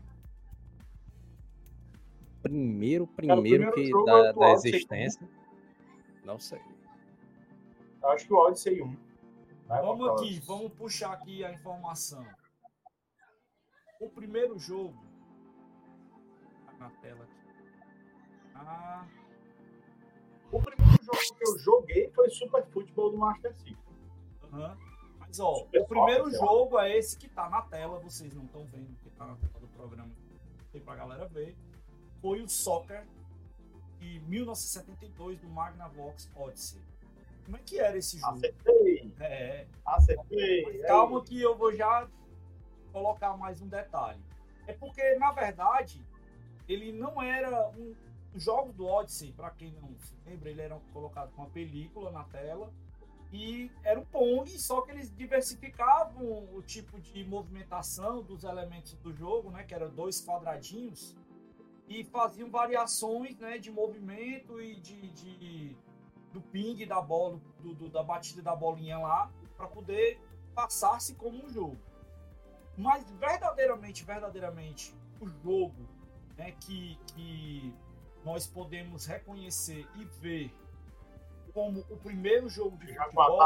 [SPEAKER 3] Primeiro que
[SPEAKER 4] jogo
[SPEAKER 3] da
[SPEAKER 4] atual,
[SPEAKER 3] existência. Não sei.
[SPEAKER 4] Acho que o Odyssey 1. Né?
[SPEAKER 1] Vamos aqui, vamos puxar aqui a informação. O primeiro jogo. Tá na tela aqui.
[SPEAKER 4] O primeiro jogo que eu joguei foi Super Futebol do Master System.
[SPEAKER 1] Uhum. Mas ó,
[SPEAKER 4] Super
[SPEAKER 1] o primeiro
[SPEAKER 4] Soccer,
[SPEAKER 1] jogo é esse que tá na tela, vocês não estão vendo que tá na tela do programa, tem pra galera ver. Foi o Soccer de 1972 do Magnavox Odyssey. Como é que era esse jogo?
[SPEAKER 4] Acertei.
[SPEAKER 1] Mas calma que eu vou já colocar mais um detalhe. É porque, na verdade, ele não era os jogos do Odyssey, para quem não se lembra, ele era colocado com uma película na tela e era um Pong, só que eles diversificavam o tipo de movimentação dos elementos do jogo, né, que eram 2 quadradinhos, e faziam variações, né, de movimento e do ping da bola, da batida da bolinha lá, para poder passar-se como um jogo. Mas verdadeiramente, o jogo, né, que nós podemos reconhecer e ver como o primeiro jogo de futebol...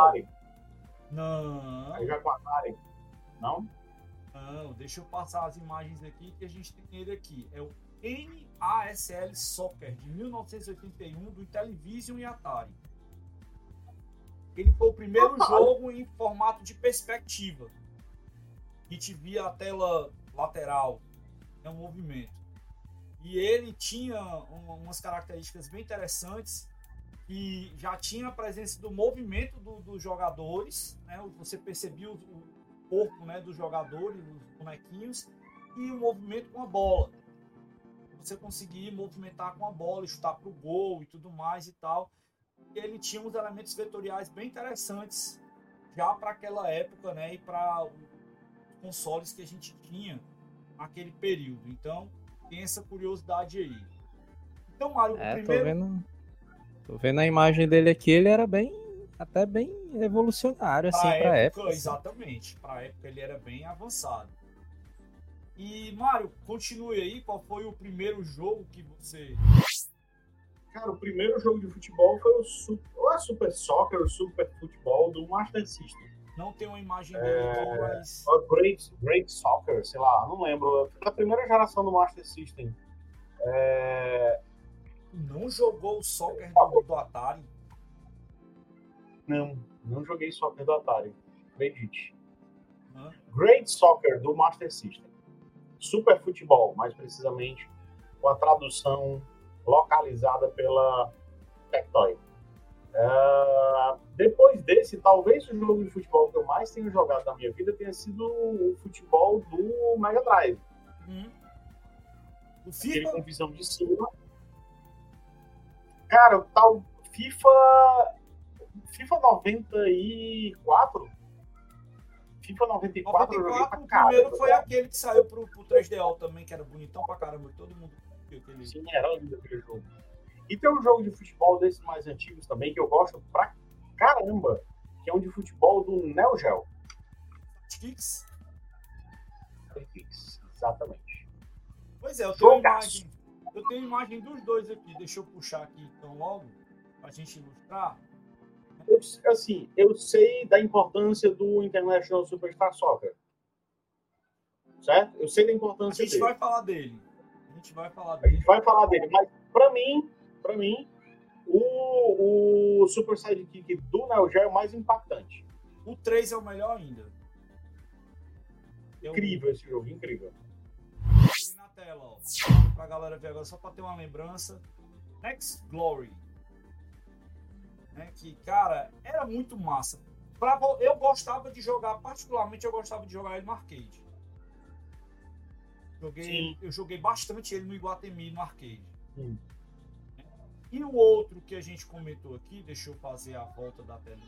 [SPEAKER 1] Não.
[SPEAKER 4] Já com Atari? Não?
[SPEAKER 1] Não, deixa eu passar as imagens aqui que a gente tem ele aqui. É o NASL Soccer de 1981 do Intellivision e Atari. Ele foi o primeiro jogo em formato de perspectiva. A gente via a tela lateral, um movimento. E ele tinha umas características bem interessantes, que já tinha a presença do movimento dos jogadores, né? Você percebia o corpo, né, dos jogadores, dos bonequinhos, e o movimento com a bola. Você conseguia movimentar com a bola, chutar para o gol e tudo mais e tal. E ele tinha uns elementos vetoriais bem interessantes já para aquela época, né, e para os consoles que a gente tinha naquele período. Então, tem essa curiosidade aí. Então, Mário, o primeiro...
[SPEAKER 3] Tô vendo a imagem dele aqui, ele era até bem evolucionário, assim, pra época.
[SPEAKER 1] Exatamente, pra época ele era bem avançado. E, Mário, continue aí, qual foi o primeiro jogo que você...
[SPEAKER 4] Cara, o primeiro jogo de futebol foi o Super Soccer, o Super Futebol do Master System.
[SPEAKER 1] Não tem uma imagem dele aqui, mas...
[SPEAKER 4] O Great Soccer, sei lá, não lembro. Foi da primeira geração do Master System.
[SPEAKER 1] Não jogou o Soccer do Atari?
[SPEAKER 4] Não joguei Soccer do Atari. Acredite. Great Soccer do Master System. Super Futebol, mais precisamente, com a tradução localizada pela Tectoy. Depois desse, talvez o jogo de futebol que eu mais tenho jogado na minha vida tenha sido o futebol do Mega Drive.
[SPEAKER 1] O
[SPEAKER 4] Aquele
[SPEAKER 1] FIFA?
[SPEAKER 4] com visão de cima. Cara, o tal FIFA 94? FIFA 94 eu joguei pra
[SPEAKER 1] O
[SPEAKER 4] caramba.
[SPEAKER 1] primeiro foi aquele que saiu pro 3DO também, que era bonitão pra caramba. Todo mundo viu aquele.
[SPEAKER 4] Sim, era lindo aquele jogo. E tem um jogo de futebol desses mais antigos também, que eu gosto pra caramba, que é um de futebol do Neo Geo.
[SPEAKER 1] Kicks?
[SPEAKER 4] Exatamente.
[SPEAKER 1] Pois é, eu
[SPEAKER 4] Jogaço.
[SPEAKER 1] tenho imagem dos dois aqui. Deixa eu puxar aqui então logo, pra gente ilustrar.
[SPEAKER 4] Eu sei da importância do International Superstar Soccer. Certo? Eu sei da
[SPEAKER 1] A
[SPEAKER 4] importância
[SPEAKER 1] gente
[SPEAKER 4] dele.
[SPEAKER 1] vai falar dele. A gente vai falar
[SPEAKER 4] A
[SPEAKER 1] dele.
[SPEAKER 4] gente vai falar dele, mas pra mim, o Super Sidekick do Neo Geo é o mais impactante.
[SPEAKER 1] O 3 é o melhor ainda.
[SPEAKER 4] Incrível esse jogo, incrível.
[SPEAKER 1] Aqui na tela, ó. Pra galera ver agora, só pra ter uma lembrança. Next Glory. Né, que, cara, era muito massa. Eu gostava de jogar, particularmente eu gostava de jogar ele no arcade. Eu joguei bastante ele no Iguatemi, no arcade. E o outro que a gente comentou aqui, deixa eu fazer a volta da tela.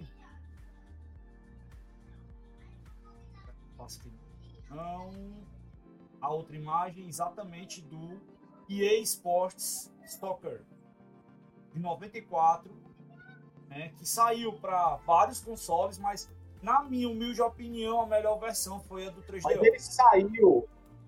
[SPEAKER 1] Não. A outra imagem exatamente do EA Sports Soccer de 94, né, que saiu para vários consoles, mas na minha humilde opinião a melhor versão foi a do 3DO.
[SPEAKER 4] Mas ele saiu.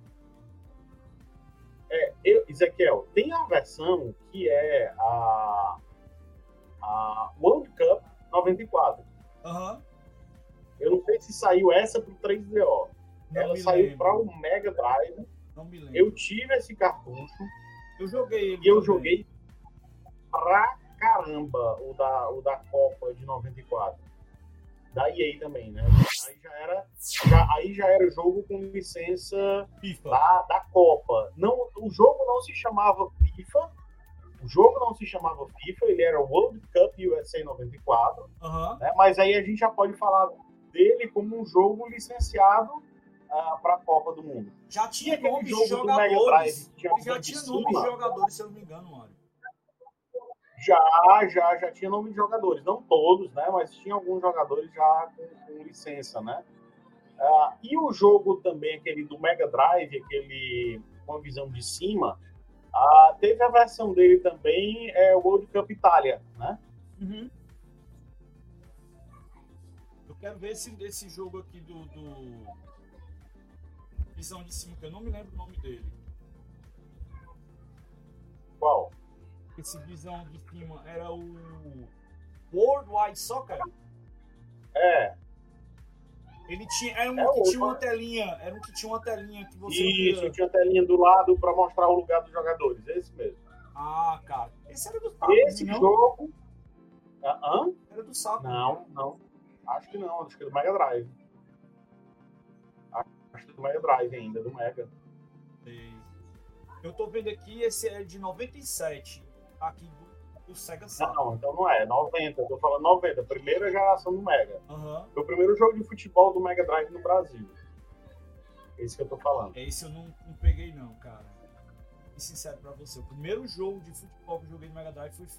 [SPEAKER 4] Ezequiel, tem a versão que é a World Cup 94.
[SPEAKER 1] Uhum.
[SPEAKER 4] Eu não sei se saiu essa pro 3DO. Ela saiu para o Mega Drive.
[SPEAKER 1] Não me lembro.
[SPEAKER 4] Eu tive esse cartucho.
[SPEAKER 1] Eu joguei ele.
[SPEAKER 4] E eu joguei pra caramba o da Copa de 94. Da EA também, né? Aí já era jogo com licença
[SPEAKER 1] FIFA.
[SPEAKER 4] Da Copa. Não, o jogo não se chamava FIFA. Ele era World Cup USA 94.
[SPEAKER 1] Uhum.
[SPEAKER 4] Né? Mas aí a gente já pode falar dele como um jogo licenciado para a Copa do Mundo.
[SPEAKER 1] Já tinha
[SPEAKER 4] aquele
[SPEAKER 1] nome de
[SPEAKER 4] jogo do Mega
[SPEAKER 1] jogadores.
[SPEAKER 4] Drive,
[SPEAKER 1] Já tinha nome de jogadores, se eu não me engano, Mário.
[SPEAKER 4] Já tinha nome de jogadores. Não todos, né? Mas tinha alguns jogadores já com licença, né? E o jogo também, aquele do Mega Drive, aquele com a visão de cima, teve a versão dele também, o World Cup Itália, né?
[SPEAKER 1] Uhum. Eu quero ver esse jogo aqui do visão de cima, que eu não me lembro o nome dele.
[SPEAKER 4] Qual?
[SPEAKER 1] Esse visão de cima era o Worldwide Soccer? Ele tinha, era um que tinha uma telinha, que você
[SPEAKER 4] Isso, tinha telinha do lado para mostrar o lugar dos jogadores, esse mesmo.
[SPEAKER 1] Ah, cara. Esse era do Sapo,
[SPEAKER 4] esse
[SPEAKER 1] não?
[SPEAKER 4] Jogo...
[SPEAKER 1] Era do Sapo.
[SPEAKER 4] Não. Acho que não, acho que é do Mega Drive. Acho que é do Mega Drive ainda, do Mega.
[SPEAKER 1] Eu tô vendo aqui, esse é de 97, aqui do Sega Saturn.
[SPEAKER 4] Não, então não é 90, eu tô falando 90, primeira geração do Mega.
[SPEAKER 1] Uhum.
[SPEAKER 4] Foi o primeiro jogo de futebol do Mega Drive no Brasil. Esse que eu tô falando.
[SPEAKER 1] Esse eu não peguei não, cara. E sincero pra você, o primeiro jogo de futebol que eu joguei no Mega Drive foi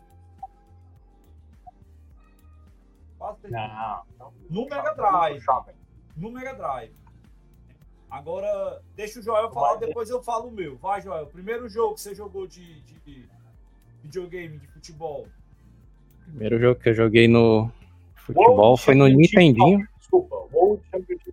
[SPEAKER 1] no Mega Drive. No Mega Drive. Agora, deixa o Joel falar, depois eu falo o meu. Vai, Joel. O primeiro jogo que você jogou de videogame, de futebol.
[SPEAKER 3] O primeiro jogo que eu joguei no futebol foi no Nintendinho.
[SPEAKER 4] World Championship.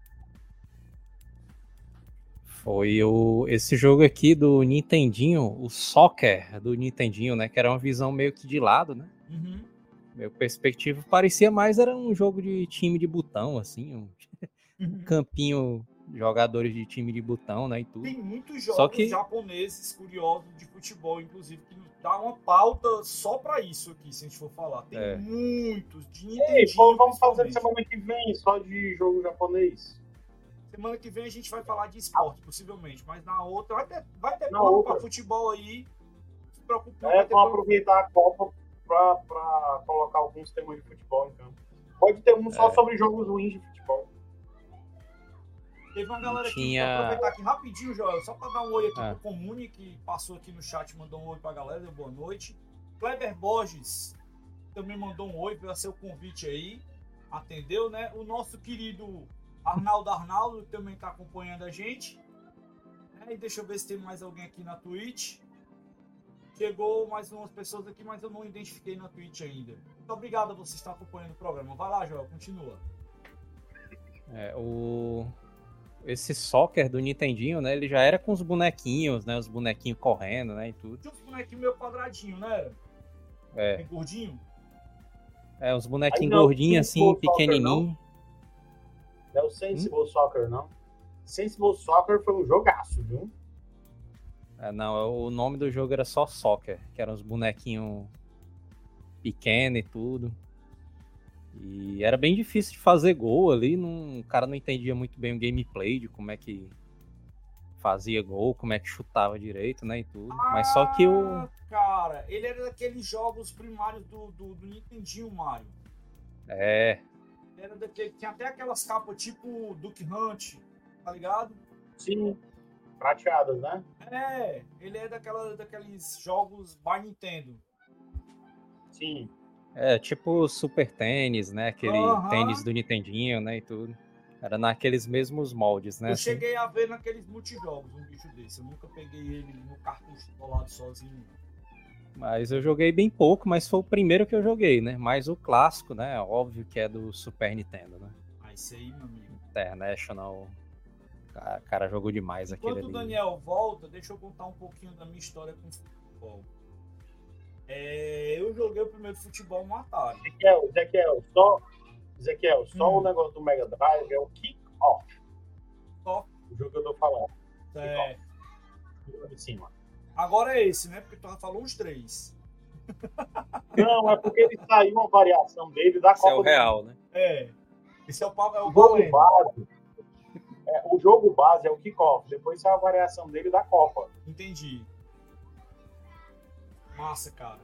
[SPEAKER 3] Foi esse jogo aqui do Nintendinho, o Soccer do Nintendinho, né? Que era uma visão meio que de lado, né?
[SPEAKER 1] Uhum.
[SPEAKER 3] Meu perspectiva parecia mais era um jogo de time de botão, assim, um campinho, jogadores de time de botão, né, e tudo.
[SPEAKER 1] Tem muitos jogos japoneses curiosos de futebol, inclusive, que dá uma pauta só pra isso aqui, se a gente for falar. Tem muitos de Nintendinho.
[SPEAKER 4] Vamos fazer semana que vem só de jogo japonês.
[SPEAKER 1] Semana que vem a gente vai falar de esporte, possivelmente, mas na outra vai ter pauta pra futebol aí. Não se preocupe, não.
[SPEAKER 4] Vamos aproveitar a Copa pra colocar alguns temas de futebol em campo. Pode ter um só sobre jogos ruins de futebol.
[SPEAKER 1] Teve uma galera aqui, pra aproveitar aqui rapidinho, Joel, só pra dar um oi aqui pro Comune, que passou aqui no chat, mandou um oi pra galera, deu boa noite. Kleber Borges também mandou um oi pelo seu convite aí, atendeu, né? O nosso querido Arnaldo também tá acompanhando a gente. E deixa eu ver se tem mais alguém aqui na Twitch. Chegou mais umas pessoas aqui, mas eu não identifiquei na Twitch ainda. Muito obrigado a você estar acompanhando o programa. Vai lá, Joel, continua.
[SPEAKER 3] esse soccer do Nintendinho, né? Ele já era com os bonequinhos, né? Os bonequinhos correndo, né? E tudo.
[SPEAKER 1] Tinha uns bonequinhos meio quadradinho, né?
[SPEAKER 3] É.
[SPEAKER 1] Gordinho.
[SPEAKER 3] Os bonequinhos
[SPEAKER 4] Aí não,
[SPEAKER 3] gordinhos, assim,
[SPEAKER 4] Sensible Soccer,
[SPEAKER 3] pequenininhos.
[SPEAKER 4] Não é o Sensible Soccer, não. Sensible Soccer foi um jogaço, viu?
[SPEAKER 3] Não, o nome do jogo era só Soccer, que eram os bonequinhos pequenos e tudo. E era bem difícil de fazer gol ali, o cara não entendia muito bem o gameplay de como é que fazia gol, como é que chutava direito, né, e tudo. Mas só que o...
[SPEAKER 1] Cara, ele era daqueles jogos primários do Nintendinho, Mario.
[SPEAKER 3] É.
[SPEAKER 1] Era daquele, tinha até aquelas capas tipo Duck Hunt, tá ligado?
[SPEAKER 4] Sim, prateadas, né?
[SPEAKER 1] Ele é daqueles jogos by Nintendo.
[SPEAKER 4] Sim.
[SPEAKER 3] Tipo Super Tênis, né, aquele tênis do Nintendinho, né, e tudo. Era naqueles mesmos moldes, né?
[SPEAKER 1] Eu cheguei a ver naqueles multijogos um bicho desse. Eu nunca peguei ele no cartucho colado sozinho.
[SPEAKER 3] Mas eu joguei bem pouco, mas foi o primeiro que eu joguei, né? Mas o clássico, né? Óbvio que é do Super Nintendo, né?
[SPEAKER 1] Isso aí, meu amigo.
[SPEAKER 3] International. O cara jogou demais aquele ali.
[SPEAKER 1] Enquanto o Daniel volta, deixa eu contar um pouquinho da minha história com futebol. Eu joguei o primeiro futebol no Atari.
[SPEAKER 4] Ezequiel, só o negócio do Mega Drive é o Kick-Off. O jogo que eu tô falando. De cima.
[SPEAKER 1] Agora é esse, né? Porque tu já falou uns 3.
[SPEAKER 4] Não, é porque ele saiu uma variação dele da Copa.
[SPEAKER 3] Esse é o real, né?
[SPEAKER 1] Esse é o
[SPEAKER 4] jogo base. O jogo base é o Kick-Off. Depois sai a variação dele da Copa.
[SPEAKER 1] Entendi. Massa, cara.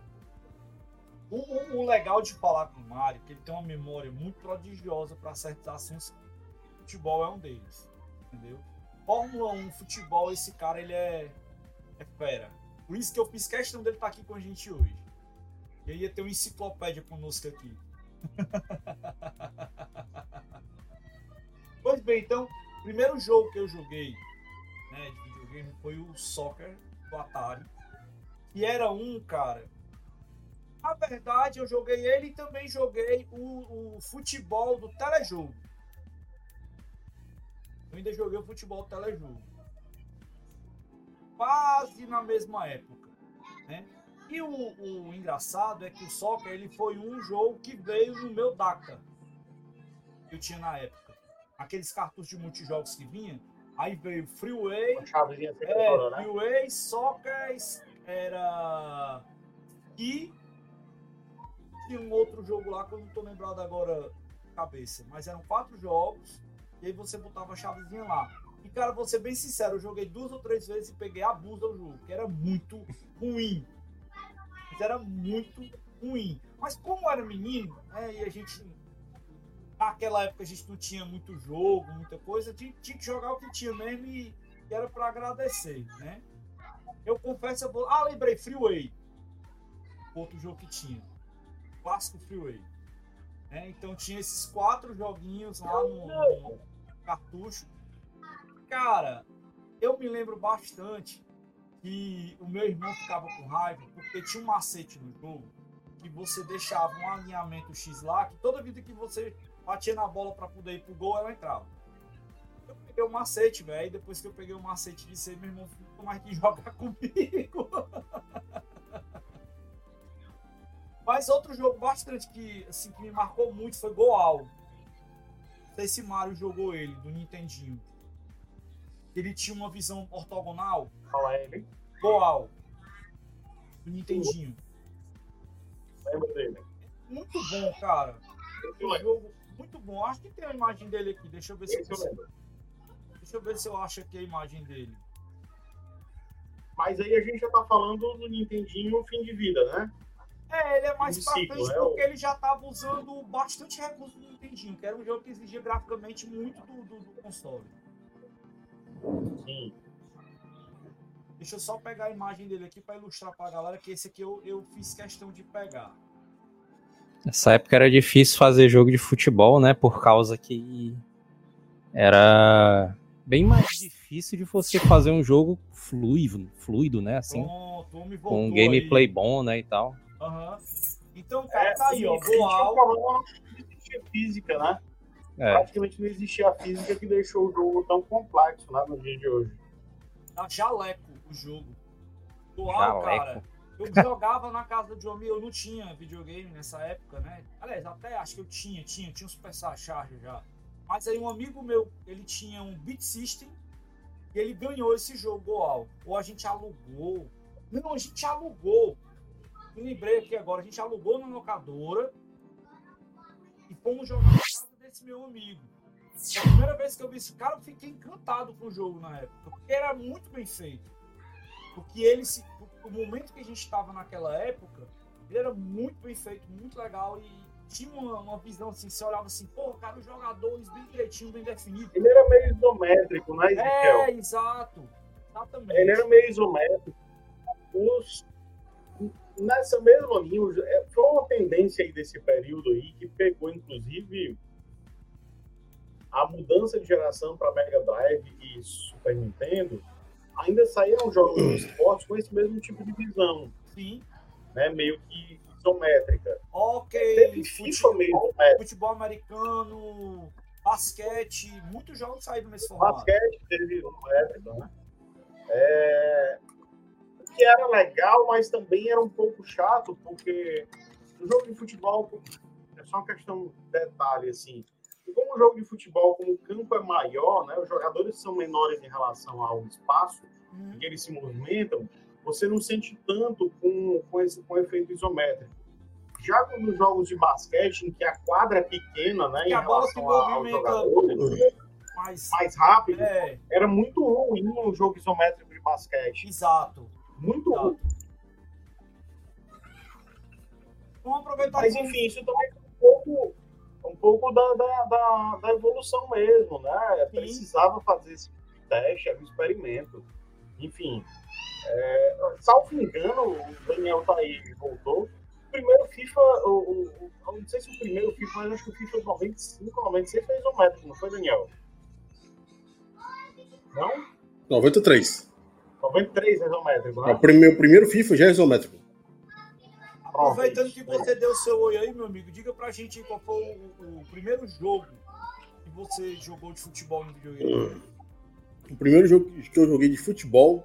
[SPEAKER 1] O legal de falar com o Mário é que ele tem uma memória muito prodigiosa para certos assuntos. Futebol é um deles, entendeu? Fórmula 1, futebol, esse cara, ele é fera. Por isso que eu fiz questão dele estar aqui com a gente hoje. Ele ia ter uma enciclopédia conosco aqui. Pois bem, então, o primeiro jogo que eu joguei, né, de videogame foi o Soccer do Atari. Que era cara... Na verdade, eu joguei ele e também joguei o futebol do telejogo. Eu ainda joguei o futebol do telejogo. Quase na mesma época, né? E o engraçado é que o Soccer ele foi um jogo que veio no meu Dacta que eu tinha na época. Aqueles cartuchos de multijogos que vinha. Aí veio Freeway, Freeway, Soccer, era... E tinha um outro jogo lá que eu não tô lembrado agora de cabeça. Mas eram 4 jogos. E aí você botava a chavezinha lá. E, cara, vou ser bem sincero, eu joguei 2 ou 3 vezes e peguei abuso do jogo, que era muito ruim. Era muito ruim. Mas como era menino, né, e a gente... Naquela época a gente não tinha muito jogo, muita coisa, tinha que jogar o que tinha mesmo e era para agradecer, né? Eu confesso, lembrei, Freeway. Outro jogo que tinha. Clássico Freeway. Então tinha esses 4 joguinhos lá no cartucho. Cara, eu me lembro bastante que o meu irmão ficava com raiva porque tinha um macete no jogo que você deixava um alinhamento X lá, que toda vida que você batia na bola para poder ir pro gol, ela entrava. Eu peguei o macete, velho. Depois que eu peguei o macete disse aí, meu irmão ficou mais que jogar comigo. Mas outro jogo bastante que me marcou muito foi Goal. Não sei se Mario jogou ele, do Nintendinho. Ele tinha uma visão ortogonal.
[SPEAKER 4] Fala ele.
[SPEAKER 1] Goal. Do Nintendinho.
[SPEAKER 4] Lembra dele?
[SPEAKER 1] Muito bom, cara. Um jogo muito bom. Acho que tem a imagem dele aqui. Deixa eu ver se eu acho aqui a imagem dele.
[SPEAKER 4] Mas aí a gente já tá falando do Nintendinho fim de vida, né?
[SPEAKER 1] Ele é mais pra frente porque ele já tava usando bastante recurso do Nintendinho, que era um jogo que exigia graficamente muito do console.
[SPEAKER 4] Sim.
[SPEAKER 1] Deixa eu só pegar a imagem dele aqui para ilustrar pra galera que esse aqui eu fiz questão de pegar.
[SPEAKER 3] Nessa época era difícil fazer jogo de futebol, né? Por causa que era bem mais difícil de você fazer um jogo fluido, né? Assim, com um gameplay bom, né? E tal.
[SPEAKER 1] Então, cara, tá aí, ó. Goal.
[SPEAKER 4] Física, né? praticamente não existia a física que deixou o jogo tão complexo, né, no dia de hoje.
[SPEAKER 1] Tá jaleco o jogo.
[SPEAKER 3] Jaleco.
[SPEAKER 1] Cara. Eu jogava na casa de um amigo, eu não tinha videogame nessa época, né? Aliás, até acho que eu tinha um Super Charger já. Mas aí um amigo meu, ele tinha um Beat System e ele ganhou esse jogo Goal. Ou a gente alugou. Não, a gente alugou. Me lembrei aqui agora, a gente alugou na locadora e fomos jogar na casa desse meu amigo. A primeira vez que eu vi esse cara, eu fiquei encantado com o jogo na época, porque era muito bem feito. Porque o momento que a gente estava naquela época, ele era muito bem feito, muito legal e tinha uma visão assim, você olhava assim, pô, cara, os jogadores bem direitinho, bem definidos.
[SPEAKER 4] Ele era meio isométrico, né, Ezequiel?
[SPEAKER 1] Exato. Exatamente.
[SPEAKER 4] Ele era meio isométrico. Nessa mesma linha, foi uma tendência aí desse período aí que pegou, inclusive, a mudança de geração para Mega Drive e Super Nintendo. Ainda saíram jogos de esporte com esse mesmo tipo de visão.
[SPEAKER 1] Sim.
[SPEAKER 4] Né? Meio que isométrica.
[SPEAKER 1] Ok.
[SPEAKER 4] Teve FIFA mesmo.
[SPEAKER 1] Futebol americano, basquete, muitos jogos saíram nesse formato.
[SPEAKER 4] Basquete teve isométrica, né? Que era legal, mas também era um pouco chato, porque o jogo de futebol é só uma questão de detalhe, assim. E como o jogo de futebol, como o campo é maior, né, os jogadores são menores em relação ao espaço em que eles se movimentam, você não sente tanto com o efeito isométrico. Já nos jogos de basquete, em que a quadra é pequena, né, em relação aos jogadores, mais rápido, era muito ruim o jogo isométrico de basquete.
[SPEAKER 1] Exato.
[SPEAKER 4] Muito ruim.
[SPEAKER 1] Vamos aproveitar.
[SPEAKER 4] Mas, enfim, isso também é um pouco da evolução mesmo, né?
[SPEAKER 1] Sim. Precisava
[SPEAKER 4] fazer esse teste, era um experimento. Enfim, salvo engano, o Daniel tá aí, voltou. O primeiro FIFA, eu não sei se o primeiro FIFA, mas acho que o FIFA 95, 96 foi isométrico, não foi, Daniel? Não?
[SPEAKER 2] 93.
[SPEAKER 4] 93 é isométrico, né?
[SPEAKER 2] O primeiro FIFA já é isométrico.
[SPEAKER 1] Aproveitando que você deu seu oi aí, meu amigo, diga pra gente qual foi o primeiro jogo que você jogou de futebol no videogame.
[SPEAKER 2] O primeiro jogo que eu joguei de futebol,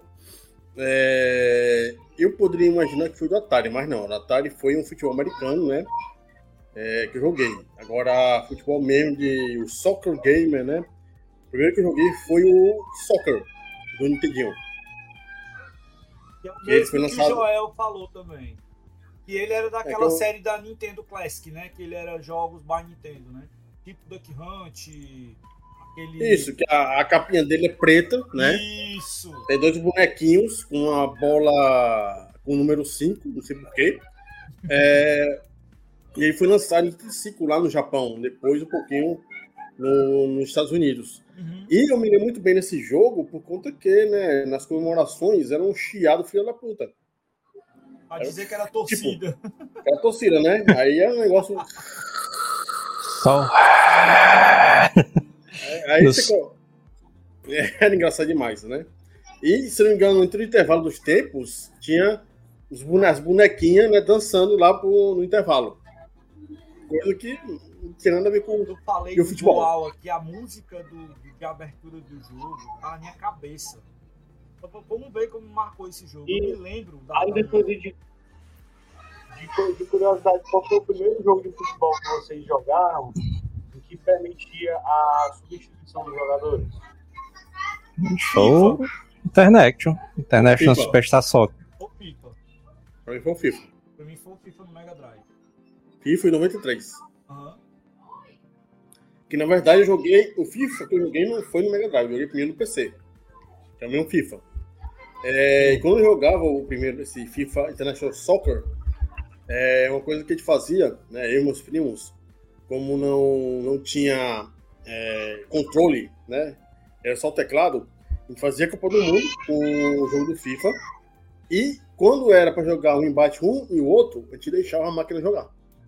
[SPEAKER 2] eu poderia imaginar que foi do Atari, mas não. O Atari foi um futebol americano, né? Que eu joguei. Agora, futebol mesmo, o Soccer Gamer, né? O primeiro que eu joguei foi o Soccer, do Nintendinho.
[SPEAKER 1] Que é o mesmo que o Joel falou também. Que ele era daquela série da Nintendo Classic, né? Que ele era jogos by Nintendo, né? Tipo Duck Hunt, aquele...
[SPEAKER 2] Isso, que a capinha dele é preta, né?
[SPEAKER 1] Isso!
[SPEAKER 2] Tem 2 bonequinhos com uma bola com o número 5, não sei porquê. E ele foi lançado em triciclo lá no Japão, depois um pouquinho nos Estados Unidos.
[SPEAKER 1] Uhum.
[SPEAKER 2] E eu me lembro muito bem nesse jogo, por conta que, né, nas comemorações era um chiado filho da puta.
[SPEAKER 1] Pra dizer que era torcida.
[SPEAKER 2] Tipo, era torcida, né? Aí é um negócio...
[SPEAKER 3] Só...
[SPEAKER 2] Aí era engraçado demais, né? E, se não me engano, entre o intervalo dos tempos, tinha as bonequinhas, né, dançando lá no intervalo. Coisa que não tinha nada a ver com
[SPEAKER 1] o futebol. Aqui, a música de abertura do jogo tá na minha cabeça. Vamos ver como marcou esse jogo. Eu me lembro
[SPEAKER 4] aí depois de curiosidade, qual foi o primeiro jogo de futebol que vocês jogaram que permitia a substituição dos jogadores?
[SPEAKER 3] Show International Superstar Soccer.
[SPEAKER 1] Ou FIFA.
[SPEAKER 2] Pra mim foi o FIFA.
[SPEAKER 1] Pra mim foi o FIFA no Mega Drive.
[SPEAKER 2] FIFA em 93.
[SPEAKER 1] Uhum.
[SPEAKER 2] Que na verdade eu joguei. O FIFA que eu joguei não foi no Mega Drive, eu joguei primeiro no PC. Também um FIFA. E quando eu jogava o primeiro, esse FIFA International Soccer, uma coisa que a gente fazia, né, eu e meus primos, como não tinha controle, né, era só o teclado, a gente fazia Copa do Mundo com o jogo do FIFA, e quando era para jogar um embate um e o outro, a gente deixava a máquina jogar.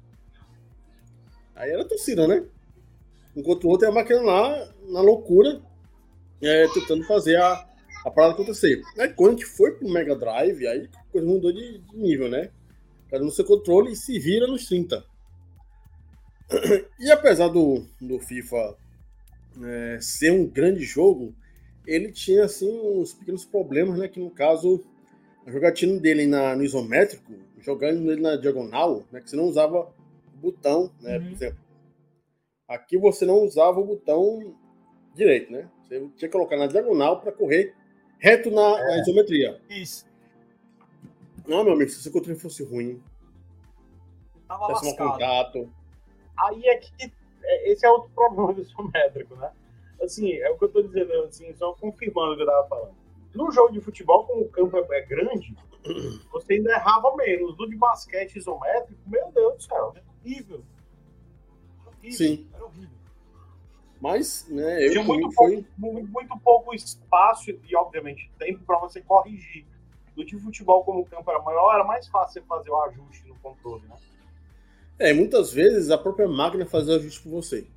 [SPEAKER 2] Aí era torcida, né? Enquanto o outro é a máquina lá, na loucura, tentando fazer a parada acontecer. Aí quando a gente foi pro Mega Drive, aí a coisa mudou de nível, né? Cada um no seu controle e se vira nos 30. E apesar do FIFA ser um grande jogo, ele tinha assim uns pequenos problemas, né? Que no caso, a jogatina dele no isométrico, jogando ele na diagonal, né? Que você não usava o botão, né? Por exemplo, aqui você não usava o botão direito, né? Você tinha que colocar na diagonal para correr reto na isometria.
[SPEAKER 1] Isso.
[SPEAKER 2] Não, meu amigo, se o seu controle fosse ruim,
[SPEAKER 1] Tava
[SPEAKER 2] tivesse um
[SPEAKER 1] lascado.
[SPEAKER 2] contato.
[SPEAKER 4] Aí é que esse é outro problema do isométrico, né? Assim, é o que eu tô dizendo, assim, só confirmando o que eu tava falando. No jogo de futebol, como o campo é grande, você ainda errava menos. No de basquete isométrico, meu Deus do céu.
[SPEAKER 1] É horrível.
[SPEAKER 2] Sim.
[SPEAKER 1] Era horrível.
[SPEAKER 2] Mas, né,
[SPEAKER 4] Tinha muito pouco espaço e, obviamente, tempo para você corrigir. No de futebol, como o campo era maior, era mais fácil você fazer o ajuste no controle, né?
[SPEAKER 2] Muitas vezes a própria máquina fazia o ajuste por você.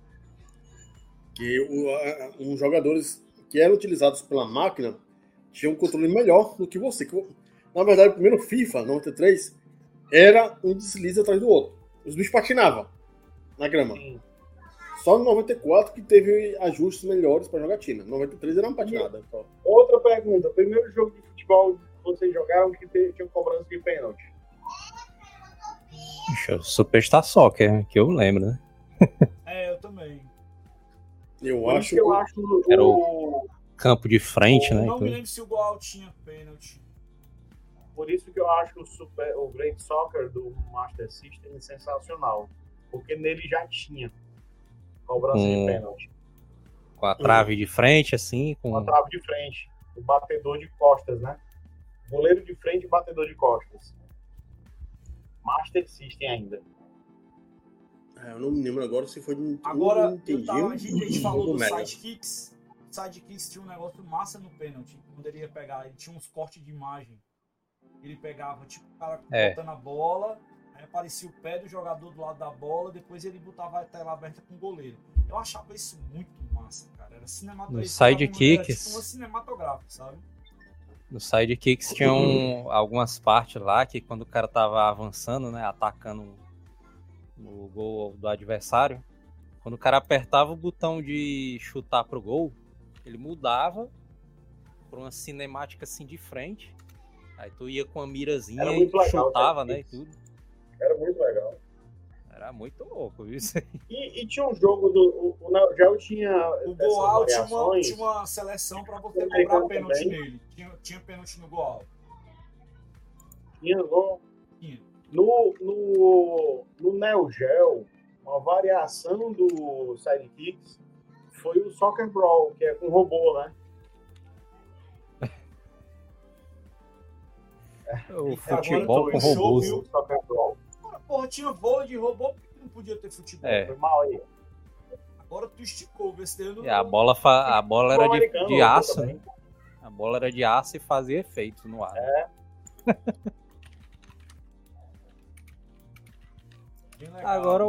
[SPEAKER 2] Que os jogadores que eram utilizados pela máquina tinham um controle melhor do que você. Na verdade, o primeiro FIFA, 93, era um deslize atrás do outro. Os bichos patinavam na grama.
[SPEAKER 4] Sim.
[SPEAKER 2] Só no 94 que teve ajustes melhores para jogatina. 93 era uma patinada.
[SPEAKER 4] Outra pergunta. Primeiro jogo de futebol que vocês jogaram que tinha cobrança de pênalti?
[SPEAKER 3] Superstar Soccer, que eu lembro, né?
[SPEAKER 1] Eu também.
[SPEAKER 2] Eu
[SPEAKER 4] Por isso
[SPEAKER 2] acho
[SPEAKER 4] que eu acho
[SPEAKER 3] era o campo de frente, né?
[SPEAKER 1] Não me lembro se o Goal tinha pênalti.
[SPEAKER 4] Por isso que eu acho o Great Soccer do Master System sensacional. Porque nele já tinha cobrança de pênalti.
[SPEAKER 3] Com a trave de frente, assim.
[SPEAKER 4] Com a trave de frente. O batedor de costas, né? Goleiro de frente e batedor de costas. Master System ainda.
[SPEAKER 2] Eu não me lembro agora se foi...
[SPEAKER 1] Agora,
[SPEAKER 2] a
[SPEAKER 1] gente falou do sidekicks. Sidekicks tinha um negócio massa no pênalti. Quando ele ia pegar, ele tinha uns cortes de imagem. Ele pegava, tipo, o cara botando a bola, aí aparecia o pé do jogador do lado da bola, depois ele botava a tela aberta com o goleiro. Eu achava isso muito massa, cara. Era cinematográfico.
[SPEAKER 3] No sidekicks.
[SPEAKER 1] Era tipo uma cinematográfica, sabe?
[SPEAKER 3] No sidekicks tinham algumas partes lá que quando o cara tava avançando, né, atacando no gol do adversário, quando o cara apertava o botão de chutar pro gol, ele mudava pra uma cinemática assim de frente. Aí tu ia com a mirazinha e chutava, né, e tudo.
[SPEAKER 4] Era muito legal.
[SPEAKER 3] Era muito louco isso.
[SPEAKER 4] E tinha um jogo o Neo Geo tinha
[SPEAKER 1] o Goal tinha uma seleção pra você cobrar pênalti nele. Tinha pênalti no Goal.
[SPEAKER 4] Tinha gol. No Neo Geo, uma variação do Sidekicks foi o Soccer Brawl, que é com robô, né?
[SPEAKER 3] O futebol com robôs.
[SPEAKER 1] Porra, tinha vôlei de robô, porque não podia ter futebol.
[SPEAKER 4] Foi mal aí.
[SPEAKER 1] Agora tu esticou, vê se deu.
[SPEAKER 3] A bola era de aço, né? A bola era de aço e fazia efeito no ar. Legal, agora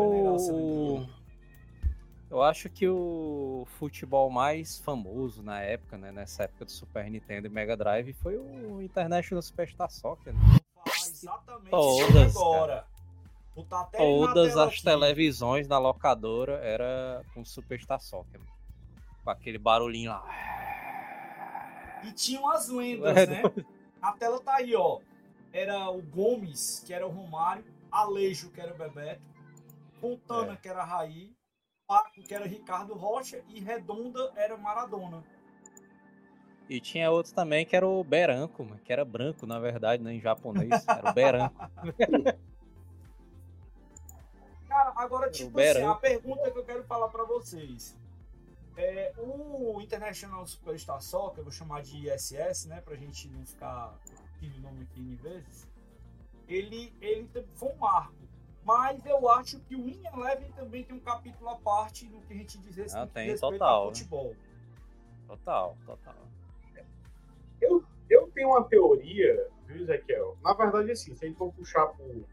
[SPEAKER 3] eu acho que o futebol mais famoso na época, né, nessa época do Super Nintendo e Mega Drive, foi o International Superstar Soccer. Né?
[SPEAKER 1] Vou falar exatamente
[SPEAKER 3] todas
[SPEAKER 1] agora.
[SPEAKER 3] Todas as televisões da locadora era com Superstar Soccer. Com aquele barulhinho lá.
[SPEAKER 1] E tinha umas lendas, né? A tela tá aí, ó. Era o Gomes, que era o Romário, Alejo, que era o Bebeto, Fontana, que era a Raí, Paco, que era Ricardo Rocha, e Redonda era Maradona.
[SPEAKER 3] E tinha outro também que era o Beranco, que era branco, na verdade, né, em japonês. Era o Beranco.
[SPEAKER 1] Cara, agora, tipo assim, a pergunta que eu quero falar pra vocês. O International Superstar Soccer, eu vou chamar de ISS, né, pra gente não ficar repetindo o nome aqui em vezes. Ele foi um marco. Mas eu acho que o Win Eleven também tem um capítulo à parte no que a gente diz respeito ao futebol.
[SPEAKER 3] Né? Total.
[SPEAKER 4] Eu tenho uma teoria, viu, Ezequiel? Na verdade, assim, se a gente for puxar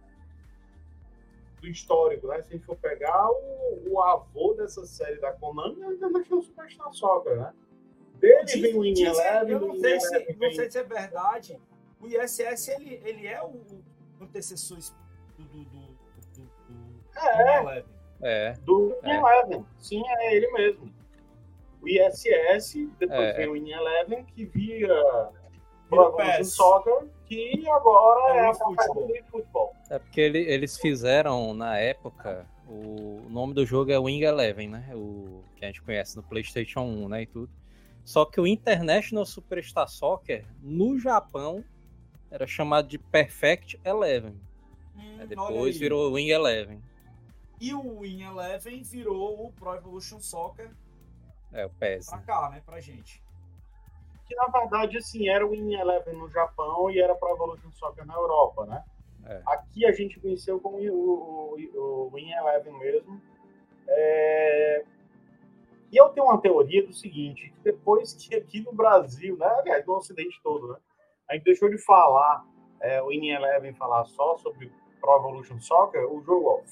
[SPEAKER 4] do histórico, né? Se a gente for pegar o avô dessa série da Konami, ele ainda tinha o Superstar Soccer, né? Dele vem o Win Eleven.
[SPEAKER 1] Eu não sei se é verdade. O ISS, ele é o antecessor do Win Eleven.
[SPEAKER 4] do Win Eleven. Sim, é ele mesmo. O ISS, depois veio o Win Eleven, que via Pro Evolution Soccer, que agora é a futebol. Do futebol.
[SPEAKER 3] É porque eles fizeram, na época, o nome do jogo é Wing Eleven, né? O que a gente conhece no PlayStation 1, né? E tudo. Só que o International Superstar Soccer, no Japão, era chamado de Perfect Eleven. Depois virou Wing Eleven.
[SPEAKER 1] E o Win Eleven virou o Pro Evolution Soccer.
[SPEAKER 3] O PES.
[SPEAKER 1] Pra cá, né? Pra gente.
[SPEAKER 4] Que na verdade, assim, era o Win Eleven no Japão e era Pro Evolution Soccer na Europa, né? Aqui a gente conheceu como o Win Eleven mesmo. E eu tenho uma teoria do seguinte, que depois que aqui no Brasil, né, aliás, no Ocidente todo, né, a gente deixou de falar o Win Eleven falar só sobre Pro Evolution Soccer, o jogo,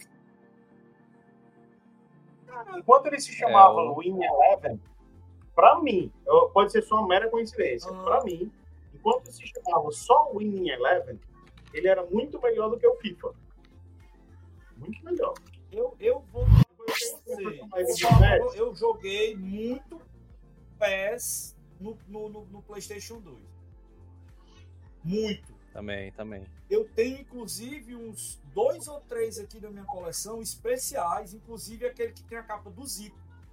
[SPEAKER 4] enquanto ele se chamava Win Eleven, pra mim, pode ser só uma mera coincidência, pra mim, enquanto ele se chamava só Win Eleven, ele era muito melhor do que o FIFA. Muito melhor.
[SPEAKER 1] Eu vou eu joguei muito PES no PlayStation 2. Muito.
[SPEAKER 3] Também.
[SPEAKER 1] Eu tenho, inclusive, uns 2 ou 3 aqui da minha coleção especiais, inclusive aquele que tem a capa do Zico.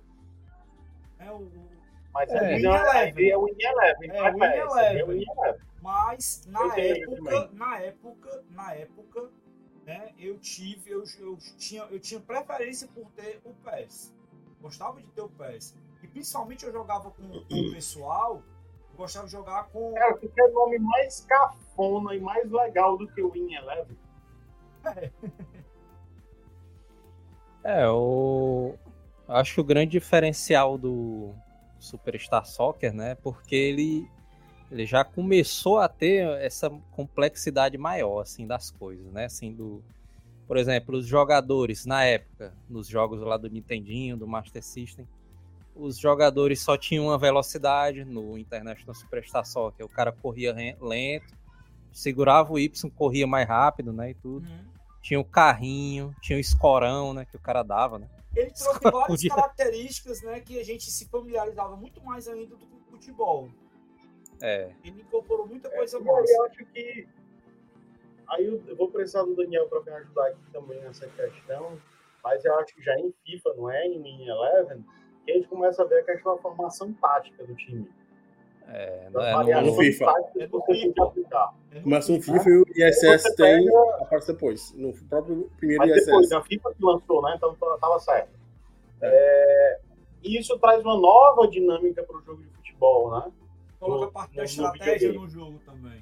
[SPEAKER 4] Mas é o Win Eleven. É o Win Eleven.
[SPEAKER 1] Mas na época, né, eu tinha preferência por ter o PES. Gostava de ter o PES. E principalmente eu jogava com o pessoal, eu gostava de jogar com...
[SPEAKER 4] Cara, tu quer nome mais cafona e mais legal do que o Win Eleven?
[SPEAKER 3] Eu acho que o grande diferencial do Superstar Soccer, né, porque ele já começou a ter essa complexidade maior, assim, das coisas, né, assim, por exemplo, os jogadores, na época, nos jogos lá do Nintendinho, do Master System, os jogadores só tinham uma velocidade. No International Superstar Soccer, o cara corria lento, segurava o Y, corria mais rápido, né, e tudo. Tinha o carrinho, tinha o escorão, né, que o cara dava, né.
[SPEAKER 1] Ele trouxe várias características, né, que a gente se familiarizava muito mais ainda do que o futebol. Ele incorporou muita coisa massa.
[SPEAKER 4] Eu acho que... Aí eu vou precisar do Daniel para me ajudar aqui também nessa questão, mas eu acho que já em FIFA, não é? Em Win Eleven, que a gente começa a ver a questão da formação tática do time.
[SPEAKER 2] No FIFA. Começa no FIFA e o ISS tem a parte depois. No próprio primeiro
[SPEAKER 4] mas
[SPEAKER 2] ISS.
[SPEAKER 4] Depois, a FIFA que lançou, né? Então estava certo. E isso traz uma nova dinâmica para o jogo de futebol, né?
[SPEAKER 1] Coloca a parte da estratégia no jogo também.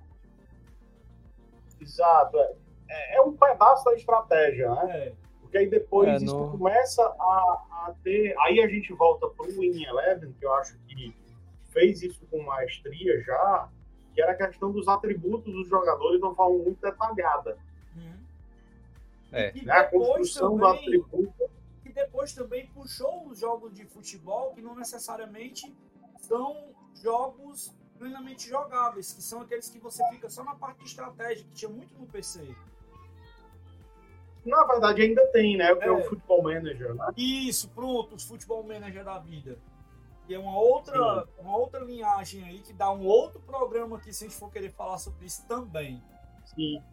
[SPEAKER 4] Exato. É um pedaço da estratégia, né? Porque aí depois isso começa a ter... Aí a gente volta para o Win Eleven, que eu acho que fez isso com maestria já, que era a questão dos atributos dos jogadores de uma forma muito detalhada. A construção do atributo.
[SPEAKER 1] E depois também puxou os jogos de futebol que não necessariamente são jogos plenamente jogáveis, que são aqueles que você fica só na parte de estratégia, que tinha muito no PC.
[SPEAKER 4] Na verdade ainda tem, né? Que é o Football Manager, né?
[SPEAKER 1] Isso, pronto, os Football Manager da vida. E é uma outra linhagem aí, que dá um outro programa aqui, se a gente for querer falar sobre isso também.
[SPEAKER 4] Sim.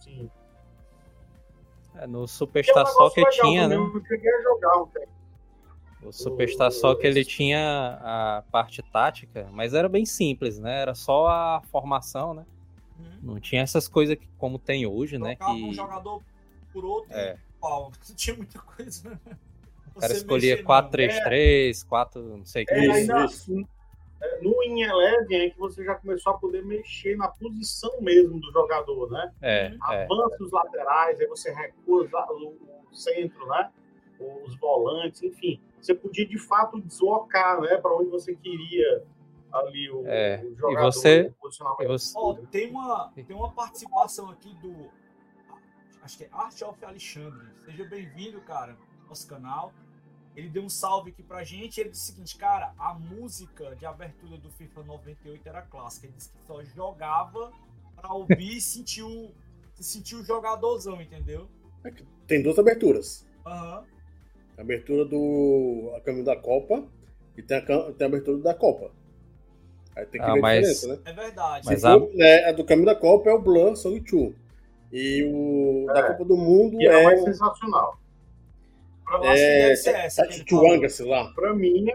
[SPEAKER 3] No Superstar Soccer tinha, né?
[SPEAKER 4] Eu cheguei a jogar um tempo.
[SPEAKER 3] O Superstar Soccer ele tinha a parte tática, mas era bem simples, né? Era só a formação, né? Não tinha essas coisas como tem hoje, né? Que
[SPEAKER 1] um jogador por outro pau. Não tinha muita coisa, né?
[SPEAKER 3] O cara escolhia 4-3-3, 4, não sei o que.
[SPEAKER 4] Ainda assim, no Win Eleven é que você já começou a poder mexer na posição mesmo do jogador, né? Avança os laterais, aí você recua o centro, né? Os volantes, enfim. Você podia, de fato, deslocar, né? Para onde você queria ali o jogador.
[SPEAKER 1] Tem uma participação aqui do... Acho que é Art of Alexandre. Seja bem-vindo, cara, ao nosso canal. Ele deu um salve aqui pra gente. Ele disse o seguinte, cara, a música de abertura do FIFA 98 era clássica. Ele disse que só jogava pra ouvir e sentir o jogadorzão, entendeu?
[SPEAKER 2] Tem 2 aberturas. A abertura do a caminho da Copa e tem a abertura da Copa. Aí tem que ver a diferença, né?
[SPEAKER 1] É verdade.
[SPEAKER 3] Mas
[SPEAKER 2] a do caminho da Copa é o Blur Song 2. E o da Copa do Mundo
[SPEAKER 4] que é mais sensacional.
[SPEAKER 1] Eu acho que deve ser essa.
[SPEAKER 2] Chuanga, sei lá.
[SPEAKER 4] Pra mim,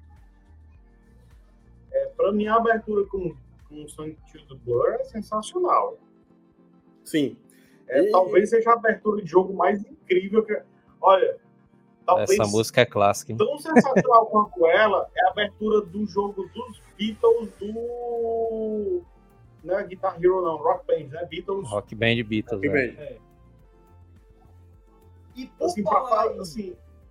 [SPEAKER 4] a abertura com o Sonic 2 do Blur é sensacional.
[SPEAKER 2] Sim.
[SPEAKER 4] Talvez seja a abertura de jogo mais incrível que... Olha, talvez...
[SPEAKER 3] Essa música é clássica, hein?
[SPEAKER 4] Tão sensacional quanto ela é a abertura do jogo dos Beatles do... Não é Guitar Hero, não. Rock Band, né? Beatles.
[SPEAKER 3] Rock Band Beatles,
[SPEAKER 2] Rock
[SPEAKER 3] né?
[SPEAKER 2] Band.
[SPEAKER 1] E por
[SPEAKER 4] Assim,
[SPEAKER 1] falar
[SPEAKER 4] assim,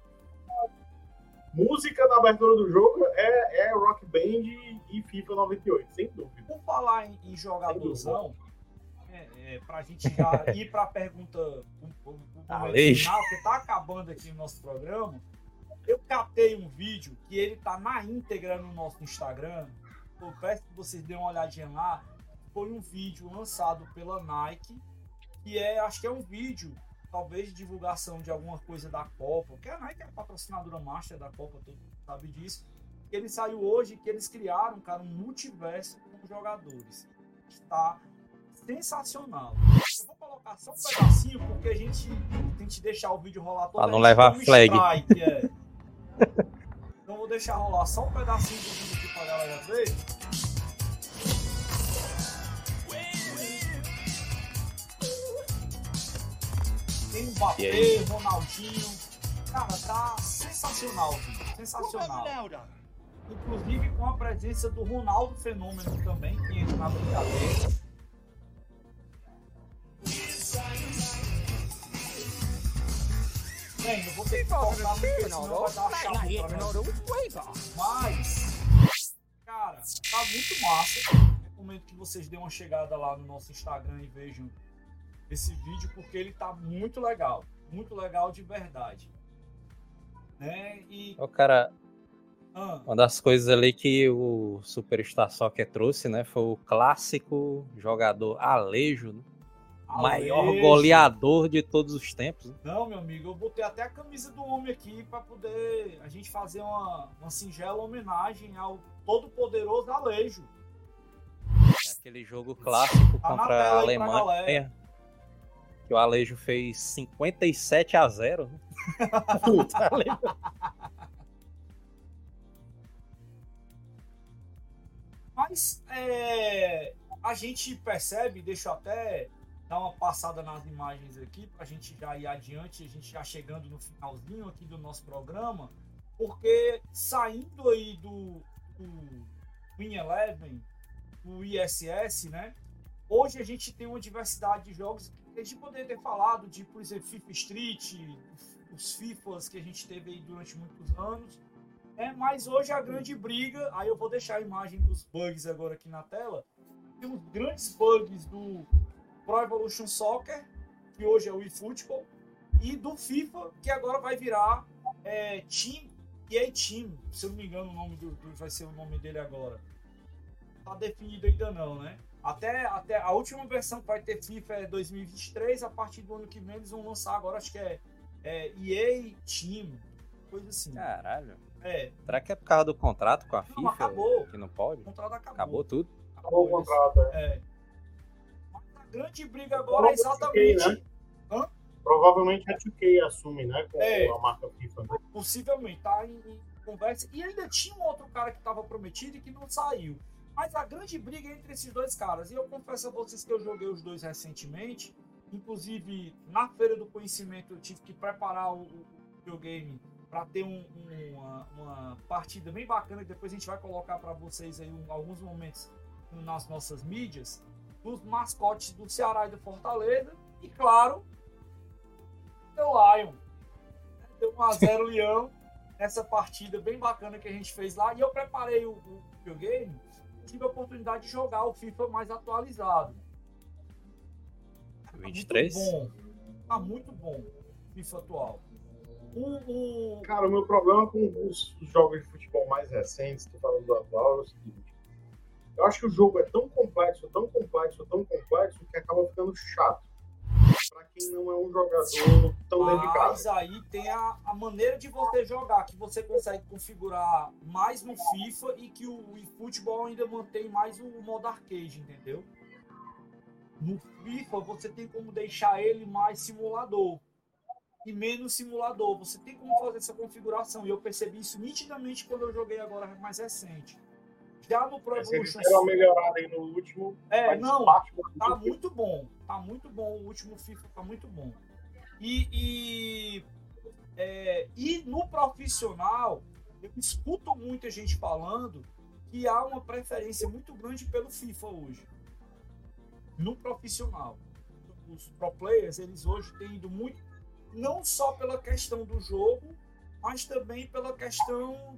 [SPEAKER 4] música na abertura do jogo é Rock Band e FIFA 98, sem dúvida.
[SPEAKER 1] Por falar em jogadorzão, pra gente já ir pra pergunta o final, que tá acabando aqui no nosso programa, eu captei um vídeo que ele tá na íntegra no nosso Instagram. Eu peço que vocês dêem uma olhadinha lá. Foi um vídeo lançado pela Nike, que acho que é um vídeo, talvez, de divulgação de alguma coisa da Copa, porque a Nike é a patrocinadora master da Copa, todo mundo sabe disso. Ele saiu hoje, que eles criaram, cara, um multiverso com jogadores. Está sensacional. Eu vou colocar só um pedacinho, porque a gente tem que deixar o vídeo rolar todo.
[SPEAKER 3] Pra não levar flag.
[SPEAKER 1] Strike, Então vou deixar rolar só um pedacinho do vídeo aqui pra galera ver. Tem Mbappé, Ronaldinho. Cara, tá sensacional, vídeo. Sensacional. Inclusive com a presença do Ronaldo Fenômeno também, que entra na brincadeira. Bem, eu vou ter que cortar porque senão vai dar chato pra mim. Mas, cara, tá muito massa. Recomendo que vocês dêem uma chegada lá no nosso Instagram e vejam esse vídeo, porque ele tá muito legal de verdade, né? E
[SPEAKER 3] cara, uma das coisas ali que o Superstar Soccer trouxe, né, foi o clássico jogador Alejo, né? Maior goleador de todos os tempos, né?
[SPEAKER 1] Não, meu amigo, eu botei até a camisa do homem aqui para poder a gente fazer uma singela homenagem ao todo-poderoso Alejo.
[SPEAKER 3] Aquele jogo clássico contra a Alemanha, que o Alejo fez 57-0. Né?
[SPEAKER 1] Mas a gente percebe, deixa eu até dar uma passada nas imagens aqui, pra gente já ir adiante, a gente já chegando no finalzinho aqui do nosso programa, porque saindo aí do Win Eleven, do ISS, né? Hoje a gente tem uma diversidade de jogos, a gente poderia ter falado de, por exemplo, FIFA Street, os FIFAs que a gente teve aí durante muitos anos, mas hoje a grande briga, aí eu vou deixar a imagem dos bugs agora aqui na tela, tem os grandes bugs do Pro Evolution Soccer, que hoje é o eFootball, e do FIFA, que agora vai virar Team, EA Team, se eu não me engano o nome vai ser o nome dele agora. Tá definido ainda não, né? Até a última versão que vai ter FIFA é 2023, a partir do ano que vem eles vão lançar agora, acho que é EA Team, coisa assim.
[SPEAKER 3] Caralho. Será que é por causa do contrato com a FIFA?
[SPEAKER 1] Não, acabou.
[SPEAKER 3] Que não pode?
[SPEAKER 1] O contrato acabou.
[SPEAKER 3] Acabou tudo?
[SPEAKER 4] Acabou o contrato,
[SPEAKER 1] Mas a grande briga agora é exatamente...
[SPEAKER 4] Né? Provavelmente a 2K assume, né? Com a marca FIFA. Né?
[SPEAKER 1] Possivelmente, tá em conversa. E ainda tinha um outro cara que estava prometido e que não saiu. Mas a grande briga é entre esses dois caras. E eu confesso a vocês que eu joguei os dois recentemente. Inclusive, na Feira do Conhecimento, eu tive que preparar o videogame para ter uma partida bem bacana, que depois a gente vai colocar para vocês aí alguns momentos nas nossas mídias, dos mascotes do Ceará e do Fortaleza. E, claro, deu Lion. Deu 1-0 Leão nessa partida bem bacana que a gente fez lá. E eu preparei o videogame. Tive a oportunidade de jogar o FIFA mais atualizado.
[SPEAKER 3] 23?
[SPEAKER 1] Tá muito bom o FIFA atual.
[SPEAKER 4] Cara, o meu problema com os jogos de futebol mais recentes, tô falando do atual, é o seguinte. Eu acho que o jogo é tão complexo, que acaba ficando chato. para quem não é um jogador tão dedicado.
[SPEAKER 1] Mas aí tem a maneira de você jogar, que você consegue configurar mais no FIFA e que o eFootball ainda mantém mais o modo arcade, entendeu? No FIFA você tem como deixar ele mais simulador e menos simulador. Você tem como fazer essa configuração. E eu percebi isso nitidamente quando eu joguei agora mais recente. Já no Pro Evolution...
[SPEAKER 4] Eles deram uma melhorada aí no último.
[SPEAKER 1] Não, tá muito bom. Tá muito bom. O último FIFA tá muito bom. E no profissional, eu escuto muita gente falando que há uma preferência muito grande pelo FIFA hoje. No profissional. Os pro players, eles hoje têm ido muito, não só pela questão do jogo, mas também pela questão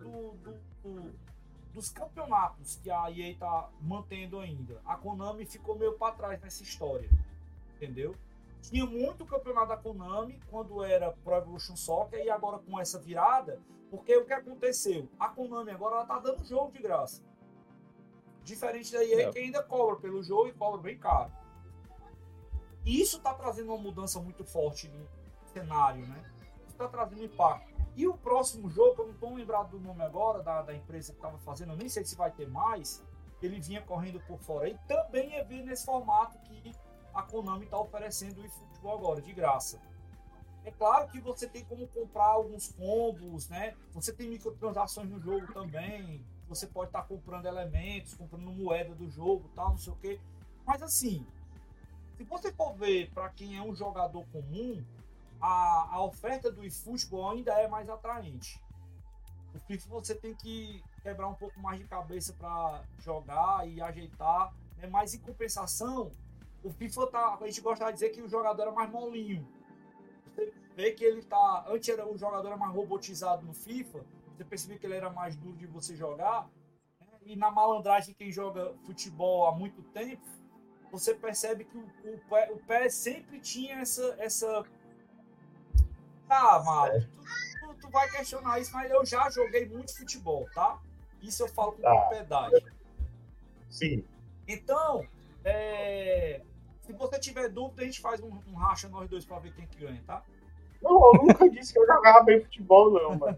[SPEAKER 1] dos campeonatos que a EA está mantendo ainda. A Konami ficou meio para trás nessa história, entendeu? Tinha muito campeonato da Konami quando era Pro Evolution Soccer, e agora com essa virada, porque o que aconteceu? A Konami agora ela tá dando jogo de graça. Diferente da EA, que ainda cobra pelo jogo e cobra bem caro. E isso está trazendo uma mudança muito forte no cenário, né? Isso está trazendo impacto. E o próximo jogo, eu não estou lembrado do nome agora, da empresa que estava fazendo, eu nem sei se vai ter mais, ele vinha correndo por fora. E também é vir nesse formato que a Konami está oferecendo o eFootball agora, de graça. É claro que você tem como comprar alguns combos, né? Você tem microtransações no jogo também. Você pode estar comprando elementos, comprando moeda do jogo, tal, não sei o quê. Mas assim, se você for ver para quem é um jogador comum, a oferta do eFootball ainda é mais atraente. O FIFA você tem que quebrar um pouco mais de cabeça para jogar e ajeitar, né? Mas em compensação, o FIFA a gente gostava de dizer que o jogador era mais molinho. Você vê que ele tá, antes era o jogador era mais robotizado no FIFA, você percebeu que ele era mais duro de você jogar, né? E na malandragem de quem joga futebol há muito tempo, você percebe que o PES sempre tinha essa... Mário, tu vai questionar isso, mas eu já joguei muito futebol, tá? Isso eu falo com propriedade.
[SPEAKER 4] Sim.
[SPEAKER 1] Então, se você tiver dúvida, a gente faz um racha nós dois pra ver quem que ganha, tá?
[SPEAKER 4] Não, eu nunca disse que eu jogava bem futebol, não, mano.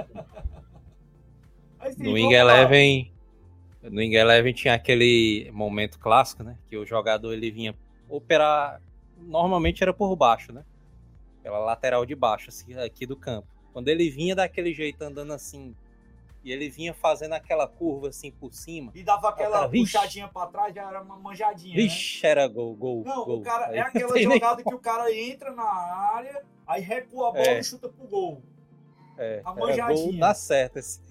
[SPEAKER 3] No Wing Eleven tinha aquele momento clássico, né? Que o jogador ele vinha operar, normalmente era por baixo, né? Pela lateral de baixo, assim, aqui do campo. Quando ele vinha daquele jeito, andando assim, e ele vinha fazendo aquela curva assim por cima.
[SPEAKER 1] E dava aquela puxadinha pra trás, já era uma manjadinha.
[SPEAKER 3] Vixe, né? Era gol.
[SPEAKER 1] Não,
[SPEAKER 3] gol.
[SPEAKER 1] O cara,
[SPEAKER 3] aí,
[SPEAKER 1] é aquela jogada que o cara entra na área, aí recua a bola e chuta pro gol.
[SPEAKER 3] A manjadinha. Gol dá certo, assim.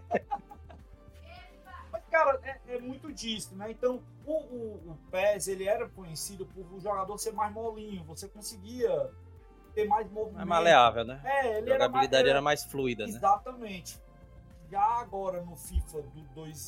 [SPEAKER 1] Mas, cara, é muito disso, né? Então, o PES, ele era conhecido por o jogador ser mais molinho. Você conseguia ter mais movimento.
[SPEAKER 3] É maleável, né?
[SPEAKER 1] A
[SPEAKER 3] jogabilidade era mais fluida, né?
[SPEAKER 1] Exatamente. Já agora no FIFA do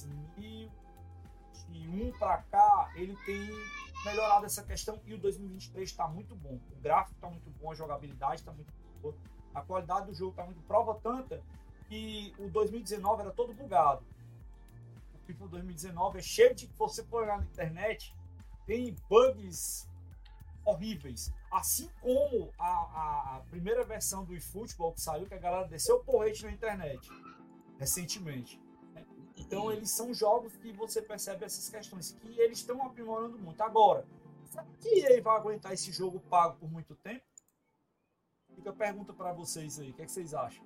[SPEAKER 1] 2021 para cá, ele tem melhorado essa questão e o 2023 está muito bom. O gráfico está muito bom, a jogabilidade está muito boa, a qualidade do jogo está muito prova tanta que o 2019 era todo bugado. O FIFA 2019 é cheio de... Você for olhar na internet, tem bugs horríveis. Assim como a primeira versão do eFootball que saiu, que a galera desceu o porrete na internet recentemente. Então eles são jogos que você percebe essas questões, que eles estão aprimorando muito. Agora, será que ele vai aguentar esse jogo pago por muito tempo? Fica a pergunta para vocês aí, o que vocês acham?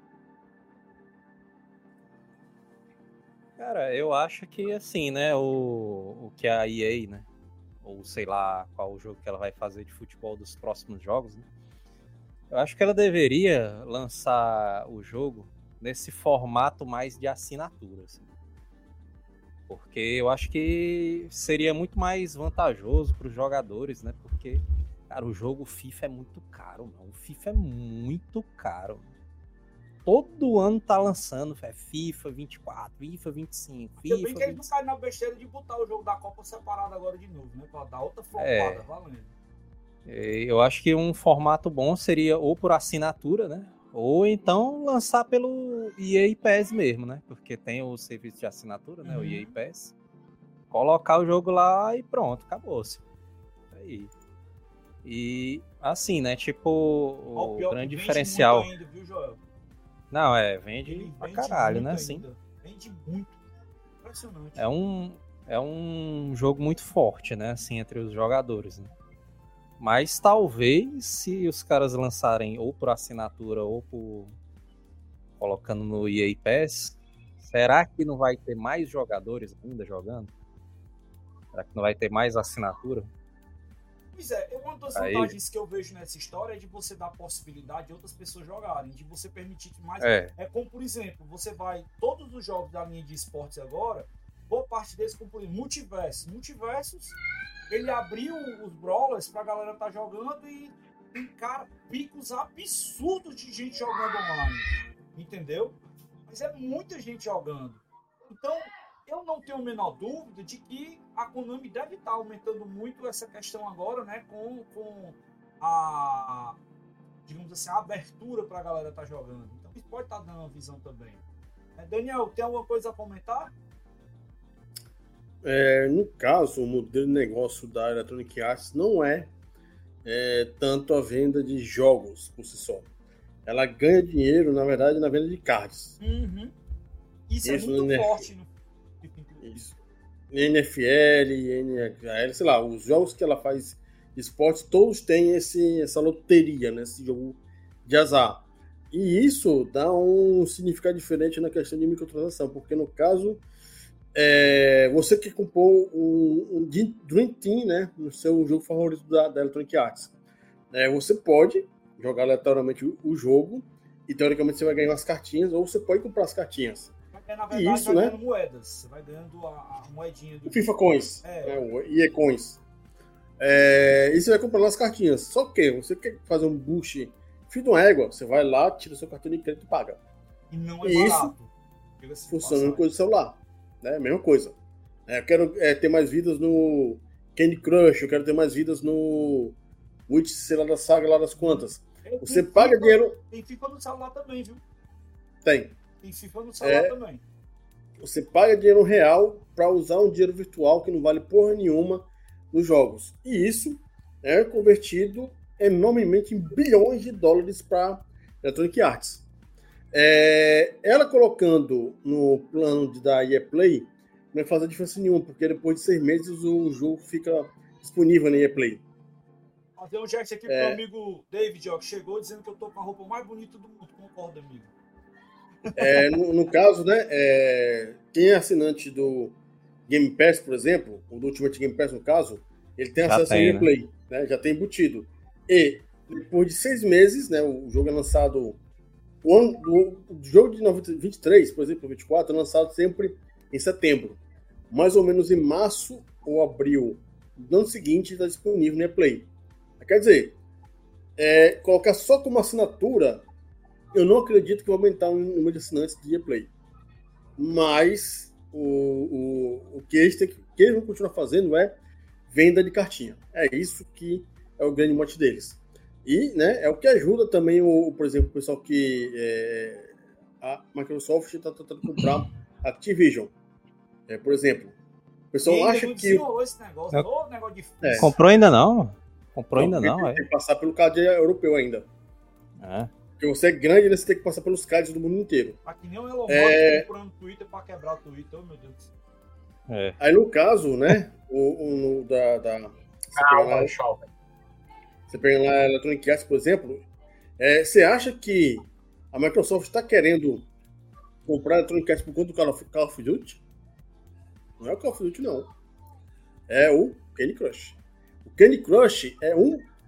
[SPEAKER 3] Cara, eu acho que assim, né, o que a EA, né, ou sei lá qual o jogo que ela vai fazer de futebol dos próximos jogos, né, eu acho que ela deveria lançar o jogo nesse formato mais de assinatura, assim. Porque eu acho que seria muito mais vantajoso para os jogadores, né? Porque, cara, o jogo FIFA é muito caro, mano. O FIFA é muito caro. Todo ano tá lançando FIFA 24, FIFA 25, FIFA...
[SPEAKER 1] Eu bem que eles não caem na besteira de botar o jogo da Copa separado agora de novo, né? Pra dar outra flopada, valendo.
[SPEAKER 3] Eu acho que um formato bom seria ou por assinatura, né? Ou então lançar pelo EA PES mesmo, né? Porque tem o serviço de assinatura, né? O EA PES. Colocar o jogo lá e pronto, acabou-se. Aí. E assim, né? Tipo, o
[SPEAKER 1] pior,
[SPEAKER 3] grande
[SPEAKER 1] vende
[SPEAKER 3] diferencial.
[SPEAKER 1] muito ainda, viu, Joel?
[SPEAKER 3] Não,
[SPEAKER 1] Ele
[SPEAKER 3] vende pra
[SPEAKER 1] vende
[SPEAKER 3] caralho,
[SPEAKER 1] muito
[SPEAKER 3] né? Assim.
[SPEAKER 1] ainda. Vende muito. Impressionante.
[SPEAKER 3] É um jogo muito forte, né? Assim, entre os jogadores, né? Mas talvez, se os caras lançarem ou por assinatura ou por colocando no EA Pass, será que não vai ter mais jogadores ainda jogando? Será que não vai ter mais assinatura?
[SPEAKER 1] Pois é, uma das
[SPEAKER 3] Aí-
[SPEAKER 1] vantagens que eu vejo nessa história é de você dar a possibilidade de outras pessoas jogarem, de você permitir que mais.
[SPEAKER 3] É,
[SPEAKER 1] É como, por exemplo, você vai. Todos os jogos da linha de esportes agora, boa parte deles, como por exemplo, Multiversus. Multiversus, ele abriu os brawlers pra galera tá jogando e tem, cara, picos absurdos de gente jogando online. Entendeu? Mas é muita gente jogando. Então, eu não tenho a menor dúvida de que a Konami deve estar aumentando muito essa questão agora, né? Com a, digamos assim, a abertura para a galera estar jogando. Então, isso pode estar dando uma visão também. Daniel, tem alguma coisa a comentar?
[SPEAKER 2] No caso, o modelo de negócio da Electronic Arts não é tanto a venda de jogos por si só. Ela ganha dinheiro, na verdade, na venda de cards.
[SPEAKER 1] Uhum. Isso é
[SPEAKER 2] Isso,
[SPEAKER 1] muito
[SPEAKER 2] né?
[SPEAKER 1] forte.
[SPEAKER 2] Isso. NFL, NHL, sei lá, os jogos que ela faz de esportes, todos têm essa loteria, né? Esse jogo de azar. E isso dá um significado diferente na questão de microtransação, porque no caso, você que compor um Dream Team, né, no seu jogo favorito da Electronic Arts, você pode jogar aleatoriamente o jogo e teoricamente você vai ganhar umas cartinhas, ou você pode comprar as cartinhas.
[SPEAKER 1] Na verdade,
[SPEAKER 2] Isso,
[SPEAKER 1] vai
[SPEAKER 2] né?
[SPEAKER 1] ganhando moedas. Você vai ganhando a moedinha do
[SPEAKER 2] FIFA Coins, o EA Coins. E você vai comprando as cartinhas. Só que você quer fazer um boost fio de uma égua, você vai lá, tira seu cartão de crédito e paga.
[SPEAKER 1] E não é
[SPEAKER 2] Isso
[SPEAKER 1] barato.
[SPEAKER 2] funciona com o celular. Né? Mesma coisa. Eu quero ter mais vidas no Candy Crush, eu quero ter mais vidas no Witch, sei lá, da saga lá das quantas. Você paga dinheiro...
[SPEAKER 1] Tem FIFA no celular também, viu?
[SPEAKER 2] Tem
[SPEAKER 1] FIFA no celular também.
[SPEAKER 2] Você paga dinheiro real para usar um dinheiro virtual que não vale porra nenhuma nos jogos. E isso é convertido enormemente em bilhões de dólares para Electronic Arts. Ela colocando no plano da EA Play não vai fazer diferença nenhuma, porque depois de 6 meses o jogo fica disponível na EA Play.
[SPEAKER 1] Fazer um gesto aqui pro amigo David, ó, que chegou dizendo que eu tô com a roupa mais bonita do mundo. Concorda, amigo?
[SPEAKER 2] No caso, né, quem é assinante do Game Pass, por exemplo, o do Ultimate Game Pass, no caso, ele tem acesso ao EA Play, né, já tem embutido. E depois de 6 meses, né, o jogo é lançado... O jogo de 23, por exemplo, 24, é lançado sempre em setembro. Mais ou menos em março ou abril do ano seguinte está disponível no EA Play. Quer dizer, colocar só como assinatura, eu não acredito que vai aumentar o número de assinantes de EA Play. Mas o que eles vão continuar fazendo é venda de cartinha. É isso que é o grande mote deles. E, né, é o que ajuda também, por exemplo, o pessoal que a Microsoft está tentando comprar a Activision. Por exemplo, o pessoal acha que...
[SPEAKER 1] Esse negócio, todo negócio de...
[SPEAKER 3] Comprou ainda não? Comprou ainda não,
[SPEAKER 2] Tem que passar pelo CAD europeu ainda. Porque você é grande, né, você tem que passar pelos CADs do mundo inteiro.
[SPEAKER 1] Tá que nem o Elon Musk comprando Twitter pra quebrar o Twitter, oh meu Deus do céu.
[SPEAKER 2] Aí no caso, né, você pega lá a Electronic Arts, por exemplo, você acha que a Microsoft está querendo comprar a Electronic Arts por conta do Call of Duty? Não é o Call of Duty, não. É o Candy Crush. O Candy Crush é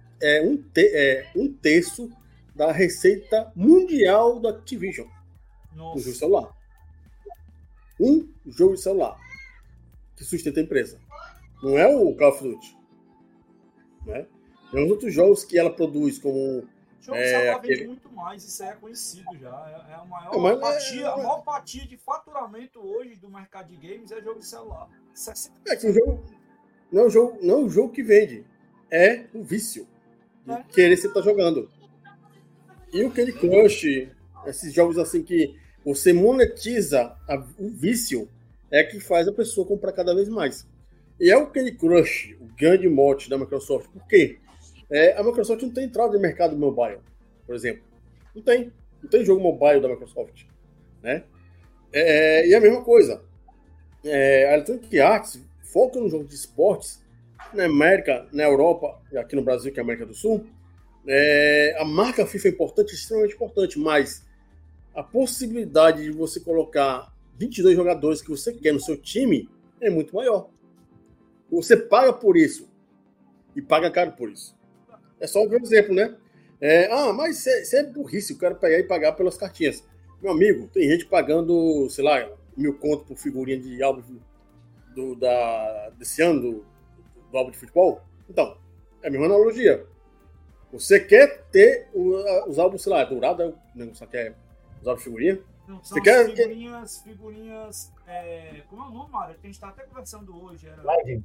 [SPEAKER 2] um terço da receita mundial da Activision.
[SPEAKER 1] Nossa.
[SPEAKER 2] Um jogo de celular. Um jogo de celular que sustenta a empresa. Não é o Call of Duty. Né? Tem os outros jogos que ela produz, como...
[SPEAKER 1] O jogo de celular vende muito mais, isso aí é conhecido já. É a maior fatia, a maior fatia de faturamento hoje do mercado de games é jogo de celular. 60%.
[SPEAKER 2] Que o jogo não é o jogo que vende, é o vício de querer você estar jogando. E o Candy Crush, esses jogos assim que você monetiza o vício, é que faz a pessoa comprar cada vez mais. E é o Candy Crush, o grande mote da Microsoft. Por quê? A Microsoft não tem entrada de mercado mobile, por exemplo. Não tem jogo mobile da Microsoft, né? E a mesma coisa. A Electronic Arts foca no jogo de esportes na América, na Europa, e aqui no Brasil, que é a América do Sul. A marca FIFA é importante, extremamente importante, mas a possibilidade de você colocar 22 jogadores que você quer no seu time é muito maior. Você paga por isso. E paga caro por isso. É só um exemplo, né? Mas isso é burrice, o cara pegar e pagar pelas cartinhas. Meu amigo, tem gente pagando, sei lá, 1.000 conto por figurinha de álbum desse ano, do álbum de futebol. Então, é a mesma analogia. Você quer ter os álbuns, sei lá, dourado, só quer os álbuns de figurinha?
[SPEAKER 1] Não,
[SPEAKER 2] você
[SPEAKER 1] são
[SPEAKER 2] quer
[SPEAKER 1] figurinhas. Como é o nome, Mário? Que a gente tá até conversando hoje.
[SPEAKER 4] Legend.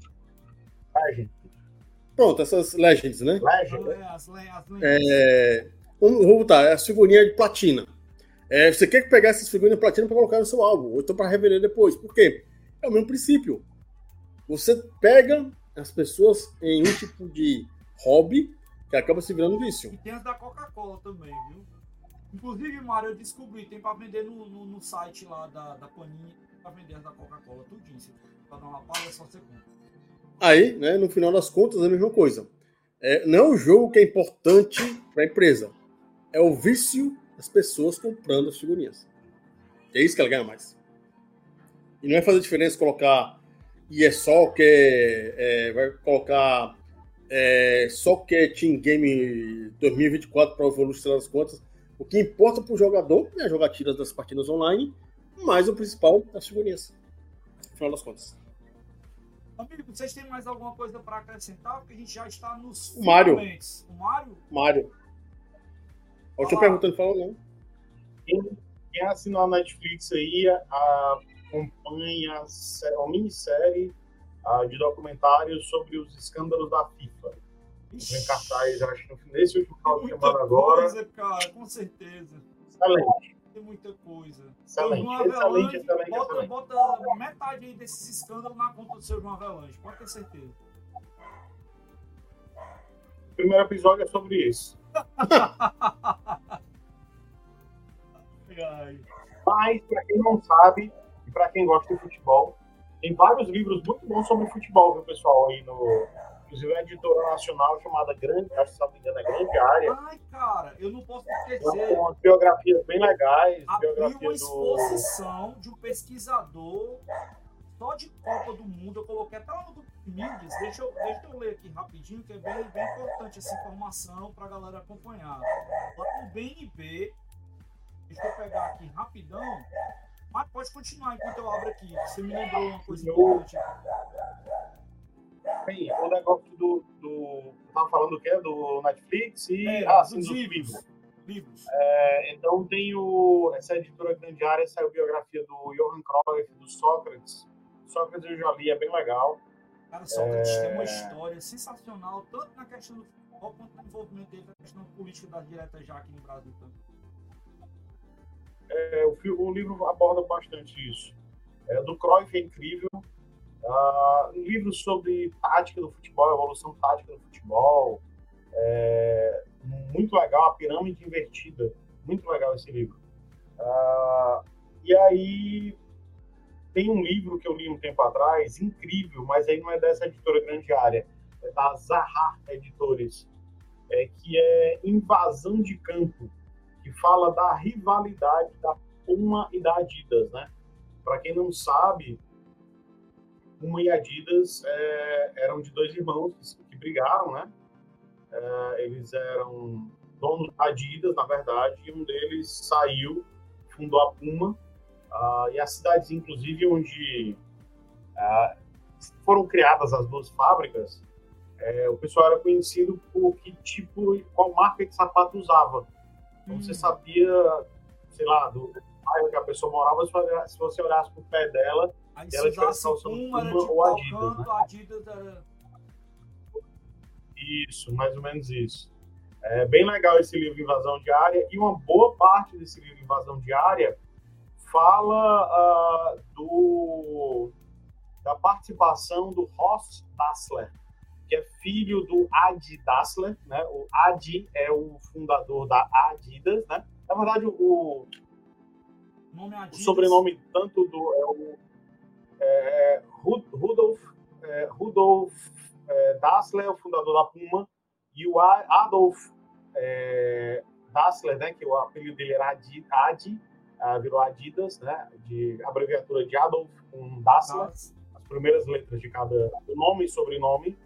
[SPEAKER 2] Pronto, essas Legends, né?
[SPEAKER 1] As Legends.
[SPEAKER 2] Vou botar, as figurinhas de platina. Você quer pegar essas figurinhas de platina para colocar no seu álbum, ou então para revender depois. Por quê? É o mesmo princípio. Você pega as pessoas em um tipo de hobby que acaba se virando vício.
[SPEAKER 1] E tem as da Coca-Cola também, viu? Inclusive, Mário, eu descobri, tem para vender no site lá da Panini, para vender as da Coca-Cola, tudinho. Para dar uma pausa, é só você compra.
[SPEAKER 2] Aí, né, no final das contas, é a mesma coisa. Não é o jogo que é importante para a empresa. É o vício das pessoas comprando as figurinhas. É isso que ela ganha mais. E não vai fazer diferença colocar Soccer, vai colocar Soccer Team Game 2024 para o Evolution das contas. O que importa para o jogador é a jogatina das partidas online, mas o principal é as figurinhas. No final das contas.
[SPEAKER 1] Amigo, vocês têm mais alguma coisa para acrescentar? Porque a gente já está nos
[SPEAKER 2] Mário.
[SPEAKER 1] finalmente. O Mário?
[SPEAKER 2] Mário. A última pergunta não falou, não.
[SPEAKER 4] Quem assinou a Netflix aí acompanha uma minissérie de documentários sobre os escândalos da FIFA. Em cartaz, acho que nesse último final de semana agora.
[SPEAKER 1] Coisa, cara, com certeza.
[SPEAKER 4] Excelente.
[SPEAKER 1] Tem muita coisa.
[SPEAKER 4] Excelente.
[SPEAKER 1] Bota metade aí desses escândalos na conta do seu João Avelange, pode ter certeza.
[SPEAKER 4] O primeiro episódio é sobre isso. Mas, para quem não sabe, e para quem gosta de futebol, tem vários livros muito bons sobre futebol, viu, pessoal? Aí inclusive a editora nacional chamada Grande, acho que se não me engano é Grande Área.
[SPEAKER 1] Ai, cara, eu não posso esquecer.
[SPEAKER 4] São biografias bem legais.
[SPEAKER 1] Abriu uma exposição de um pesquisador só de Copa do Mundo. Eu coloquei até lá no grupo de mídias. Deixa eu ler aqui rapidinho, que é bem importante essa informação para a galera acompanhar. Lá no BNB, deixa eu pegar aqui rapidão. Mas pode continuar enquanto eu abro aqui. Você me lembrou uma coisa importante.
[SPEAKER 4] Bem, o negócio do tava falando o quê? Do Netflix e
[SPEAKER 1] dos livros.
[SPEAKER 4] Então tem essa editora Grande Área, saiu a biografia do Johan Cruyff, do Sócrates. Sócrates eu já li, é bem legal.
[SPEAKER 1] Cara, Sócrates tem uma história sensacional, tanto na questão do futebol quanto no envolvimento dele na questão política das diretas já aqui no Brasil também.
[SPEAKER 4] O livro aborda bastante isso. Do Cruyff é incrível. Livros sobre tática do futebol, evolução tática do futebol. Muito legal, a pirâmide invertida. Muito legal esse livro. E aí tem um livro que eu li um tempo atrás, incrível, mas aí não é dessa editora Grande Área, é da Zaha Editores, que é Invasão de Campo, que fala da rivalidade da Puma e da Adidas, né? Para quem não sabe, Puma e Adidas eram de dois irmãos que brigaram, né? Eles eram donos da Adidas, na verdade, e um deles saiu, fundou a Puma, e as cidades, inclusive, onde foram criadas as duas fábricas, o pessoal era conhecido por qual marca de sapato usava. Então, você sabia, sei lá, do bairro que a pessoa morava, se você olhasse pro pé dela,
[SPEAKER 1] aí
[SPEAKER 4] ela
[SPEAKER 1] estivesse
[SPEAKER 4] calçando
[SPEAKER 1] Puma
[SPEAKER 4] Puma ou Adidas, né?
[SPEAKER 1] Adidas era...
[SPEAKER 4] Isso, mais ou menos isso. É bem legal esse livro Invasão de Área, e uma boa parte desse livro Invasão de Área fala da participação do Ross Dassler, que é filho do Adi Dassler, né? O Adi é o fundador da Adidas, né? Na verdade, o sobrenome tanto do Rudolf Dassler, o fundador da Puma, e o Adolf Dassler, né? Que o apelido dele era Adi, virou Adidas, né? De abreviatura de Adolf com Dassler, as primeiras letras de cada nome e sobrenome.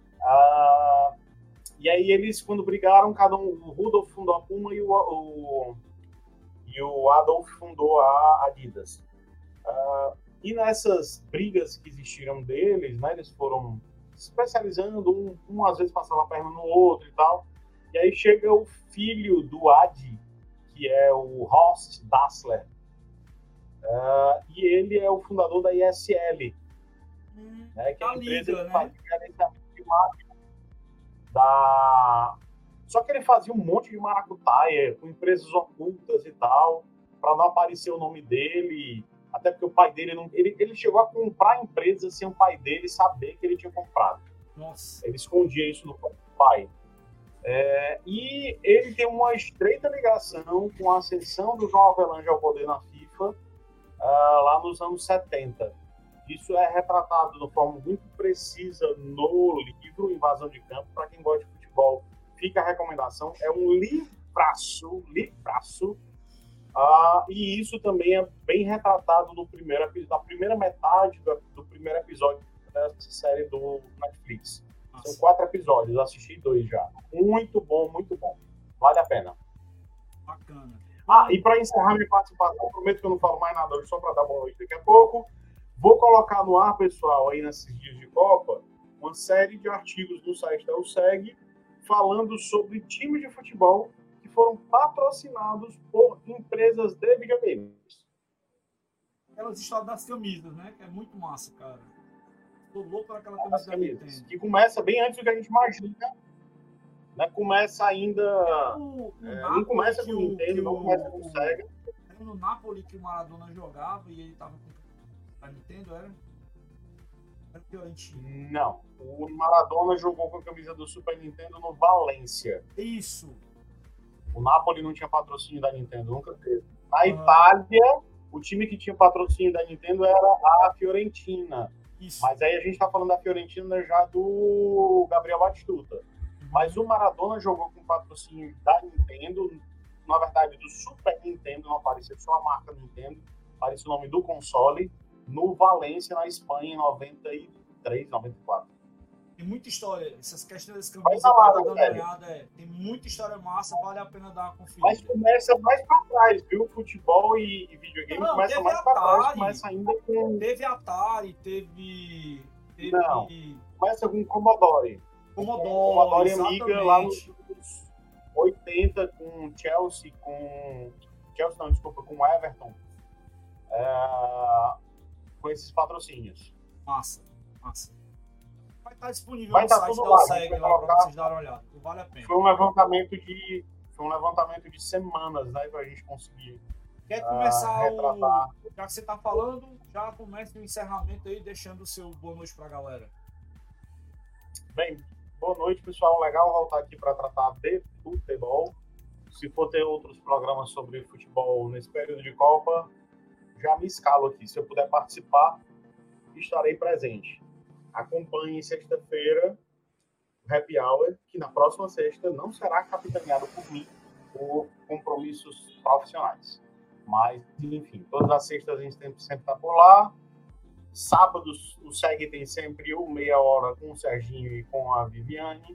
[SPEAKER 4] E aí eles, quando brigaram, o Rudolf fundou a Puma e o Adolf fundou a Adidas. E nessas brigas que existiram deles, né, eles foram se especializando, um às vezes passava a perna no outro e tal. E aí chega o filho do Adi, que é o Horst Dassler, e ele é o fundador da ISL, né, que é a empresa que faz gerenciamento de máquina. Só que ele fazia um monte de maracutaia com empresas ocultas e tal, para não aparecer o nome dele, até porque o pai dele ele chegou a comprar empresas sem o pai dele saber que ele tinha comprado.
[SPEAKER 1] Nossa.
[SPEAKER 4] Ele escondia isso do pai. E ele tem uma estreita ligação com a ascensão do João Avelange ao poder na FIFA lá nos anos 70. Isso é retratado de forma muito precisa no livro Invasão de Campo. Para quem gosta de futebol, fica a recomendação. É um livraço. E isso também é bem retratado na primeira metade do primeiro episódio dessa série do Netflix. Nossa. São 4 episódios, eu assisti 2 já. Muito bom. Vale a pena.
[SPEAKER 1] Bacana.
[SPEAKER 4] E para encerrar minha participação, prometo que eu não falo mais nada hoje, só para dar boa noite daqui a pouco. Vou colocar no ar, pessoal, aí nesses dias de Copa, uma série de artigos no site da USEG falando sobre times de futebol que foram patrocinados por empresas de videogames.
[SPEAKER 1] Aquelas histórias das camisas, né? Que é muito massa, cara. Tô louco por aquela camisa da Nintendo.
[SPEAKER 4] Que começa bem antes do que a gente imagina, né? Começa ainda... não começa com o Nintendo, não começa com o Sega.
[SPEAKER 1] No Napoli que o Maradona jogava e ele tava com a Nintendo, era Fiorentina.
[SPEAKER 4] Não, o Maradona jogou com a camisa do Super Nintendo no Valência.
[SPEAKER 1] Isso.
[SPEAKER 4] O Napoli não tinha patrocínio da Nintendo, nunca teve. Na Itália, o time que tinha patrocínio da Nintendo era a Fiorentina.
[SPEAKER 1] Isso.
[SPEAKER 4] Mas aí a gente tá falando da Fiorentina já do Gabriel Batistuta. Mas o Maradona jogou com patrocínio da Nintendo, na verdade do Super Nintendo, não apareceu só a marca Nintendo, apareceu o nome do console, no Valência, na Espanha, em 93, 94.
[SPEAKER 1] Tem muita história, essas questões das camisas, tem muita história massa, vale a pena dar uma conferida.
[SPEAKER 4] Mas começa mais pra trás, viu? Futebol e videogame começa mais pra trás, começa ainda com...
[SPEAKER 1] Teve Atari, teve...
[SPEAKER 4] Não, começa com Commodore. Commodore Amiga lá nos 80 com Chelsea, com Everton. Com esses patrocínios.
[SPEAKER 1] Massa. Vai estar disponível
[SPEAKER 4] no
[SPEAKER 1] site da USEG lá para vocês darem uma olhada. Vale a pena.
[SPEAKER 4] Foi um levantamento de semanas, né, pra gente conseguir
[SPEAKER 1] Quer começar
[SPEAKER 4] retratar.
[SPEAKER 1] Já que você tá falando, já comece o encerramento aí, deixando o seu boa noite pra galera.
[SPEAKER 4] Bem, boa noite, pessoal. Legal voltar aqui para tratar de futebol. Se for ter outros programas sobre futebol nesse período de Copa, já me escalo aqui. Se eu puder participar, estarei presente. Acompanhe sexta-feira o Happy Hour, que na próxima sexta não será capitaneado por mim por compromissos profissionais. Mas, enfim, todas as sextas a gente sempre está por lá. Sábados, o SEG tem sempre meia hora com o Serginho e com a Viviane.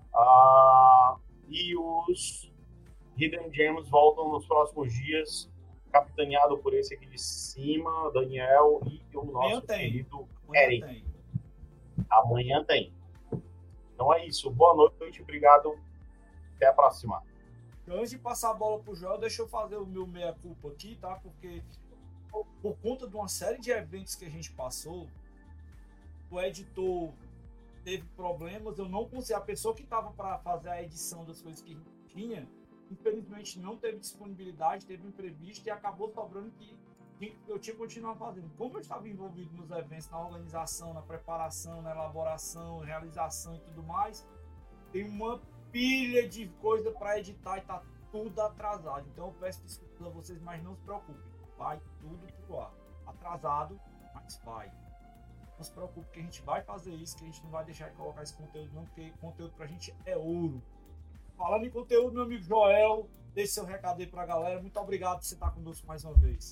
[SPEAKER 4] E os Hidden Gems voltam nos próximos dias, capitaneado por esse aqui de cima, Daniel, e o nosso querido Eric. Amanhã tem. Então é isso. Boa noite, obrigado. Até a próxima.
[SPEAKER 1] Antes de passar a bola pro Joel, deixa eu fazer o meu meia-culpa aqui, tá? Porque por conta de uma série de eventos que a gente passou, o editor teve problemas, eu não consegui, a pessoa que estava para fazer a edição das coisas que a gente tinha, infelizmente não teve disponibilidade, teve um imprevisto e acabou sobrando que eu tinha que continuar fazendo. Como eu estava envolvido nos eventos, na organização, na preparação, na elaboração, realização e tudo mais, tem uma pilha de coisa para editar e tá tudo atrasado. Então eu peço desculpas a vocês, mas não se preocupem. Vai tudo pro ar. Atrasado, mas vai. Não se preocupe que a gente vai fazer isso, que a gente não vai deixar de colocar esse conteúdo não, porque conteúdo pra gente é ouro. Falando em conteúdo, meu amigo Joel, deixe seu recado aí pra galera. Muito obrigado por você estar conosco mais uma vez.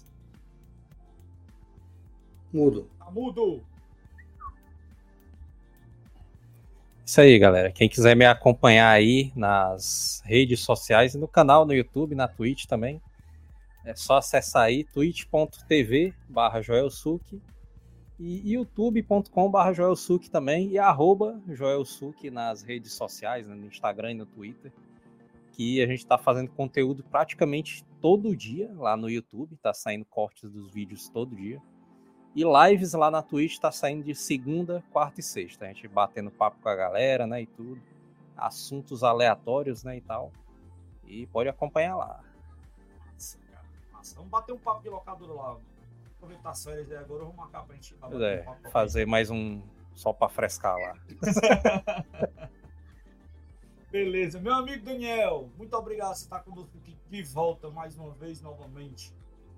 [SPEAKER 2] Mudo.
[SPEAKER 1] Tá mudo?
[SPEAKER 3] Isso aí, galera. Quem quiser me acompanhar aí nas redes sociais, no canal, no YouTube, na Twitch também, é só acessar aí twitch.tv/JoelSuc e youtube.com/JoelSuc também e @JoelSuc nas redes sociais, né, no Instagram e no Twitter, que a gente está fazendo conteúdo praticamente todo dia lá no YouTube, tá saindo cortes dos vídeos todo dia. E lives lá na Twitch tá saindo de segunda, quarta e sexta. A gente batendo papo com a galera, né, e tudo. Assuntos aleatórios, né, e tal. E pode acompanhar lá.
[SPEAKER 1] Nossa, cara. Nossa, vamos bater um papo de locadora lá. Aproveitar as férias aí agora, eu vou marcar pra gente
[SPEAKER 3] Pois é, fazer mais um só pra frescar lá.
[SPEAKER 1] Beleza. Meu amigo Daniel, muito obrigado por você estar conosco aqui de volta mais uma vez, novamente.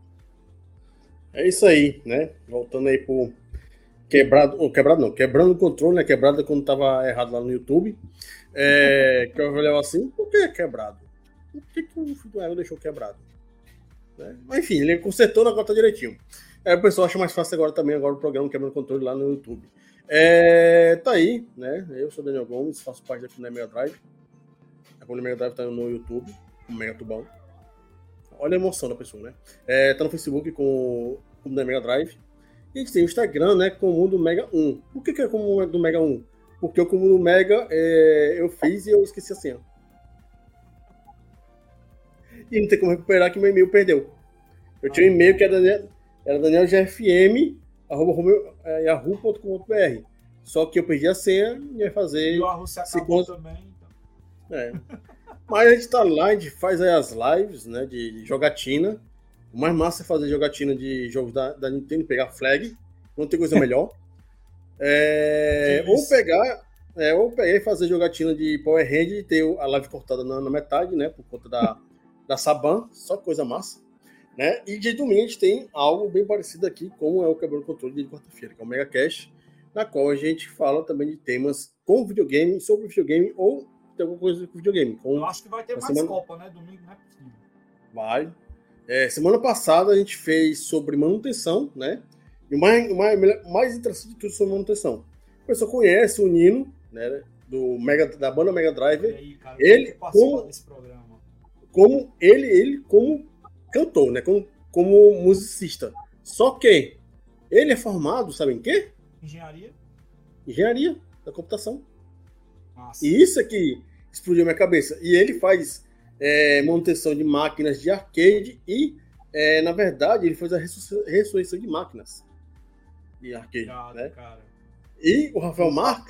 [SPEAKER 2] É isso aí, né? Voltando aí pro quebrando o controle, né? Quebrado quando tava errado lá no YouTube. Que eu olhava assim, por que quebrado? Por que o filho do Aaron deixou quebrado? Né? Mas enfim, ele consertou, agora tá direitinho. O pessoal acha mais fácil agora o programa Quebrando o Controle lá no YouTube. Tá aí, né? Eu sou o Daniel Gomes, faço parte da Comunidade Mega Drive. A Comunidade Mega Drive tá no YouTube, com o Mega Tubão. Olha a emoção da pessoa, né? Tá no Facebook com o Mundo Mega Drive. E a gente tem o Instagram, né? Com o Mundo Mega 1. Por que é com o Mundo Mega 1? Porque o Mundo Mega eu fiz e eu esqueci a senha. E não tem como recuperar que meu e-mail perdeu. Eu tinha um e-mail que era danielgfm@yahoo.com.br. Só que eu perdi a senha e ia fazer...
[SPEAKER 1] E o Arru se acabou também. Então.
[SPEAKER 2] Mas a gente tá lá, a gente faz aí as lives, né, de jogatina. O mais massa é fazer jogatina de jogos da Nintendo, pegar flag. Não tem coisa melhor. Ou pegar e fazer jogatina de Power Hand e ter a live cortada na metade, né, por conta da Saban. Só coisa massa. Né? E de domingo a gente tem algo bem parecido aqui, como é o Quebrando o Controle de quarta-feira, que é o Mega Cash, na qual a gente fala também de temas com videogame, sobre videogame ou tem alguma coisa com videogame.
[SPEAKER 1] Eu acho que vai ter mais Copa, né? Domingo não é possível.
[SPEAKER 2] Vai. Semana passada a gente fez sobre manutenção, né? E o mais interessante de tudo sobre manutenção. O pessoal conhece o Nino, né? Da banda Mega Drive.
[SPEAKER 1] E aí, cara, ele participou desse programa.
[SPEAKER 2] Como cantor, né? Como musicista. Só que ele é formado, sabe em quê? Engenharia da computação.
[SPEAKER 1] Nossa.
[SPEAKER 2] E isso aqui explodiu minha cabeça. E ele faz manutenção de máquinas de arcade e, na verdade, ele faz a ressurreição de máquinas de arcade. Né?
[SPEAKER 1] Cara.
[SPEAKER 2] E o Rafael Marques.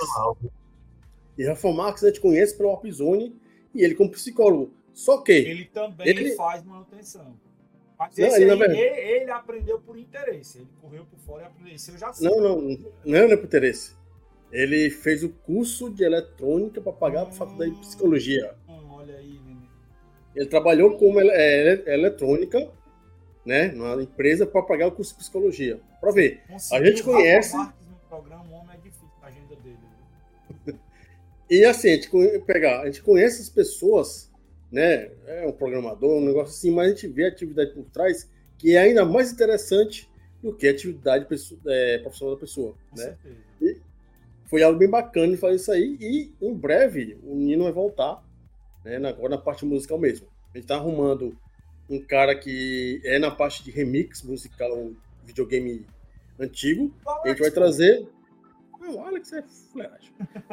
[SPEAKER 2] E o Rafael Marques a gente conhece pelo Warp Zone e ele como psicólogo. Só que...
[SPEAKER 1] Ele também faz manutenção. Mas ele aprendeu por interesse. Ele correu por fora e aprendeu. Isso eu já sei.
[SPEAKER 2] Não é por interesse. Ele fez o curso de eletrônica para pagar a faculdade de psicologia.
[SPEAKER 1] Olha aí, menino.
[SPEAKER 2] Ele trabalhou como eletrônica, né, numa empresa para pagar o curso de psicologia. Para ver. A gente conhece.
[SPEAKER 1] O Marques no programa, o homem é difícil a agenda dele.
[SPEAKER 2] E assim, a gente conhece as pessoas, né? É um programador, um negócio assim, mas a gente vê a atividade por trás que é ainda mais interessante do que a atividade profissional da pessoa,
[SPEAKER 1] Com
[SPEAKER 2] né?
[SPEAKER 1] certeza.
[SPEAKER 2] E foi algo bem bacana de fazer isso aí e em breve o Nino vai voltar, né? Agora na parte musical mesmo. A gente tá arrumando um cara que é na parte de remix musical, videogame antigo. A gente vai trazer... O Alex é fuleiragem.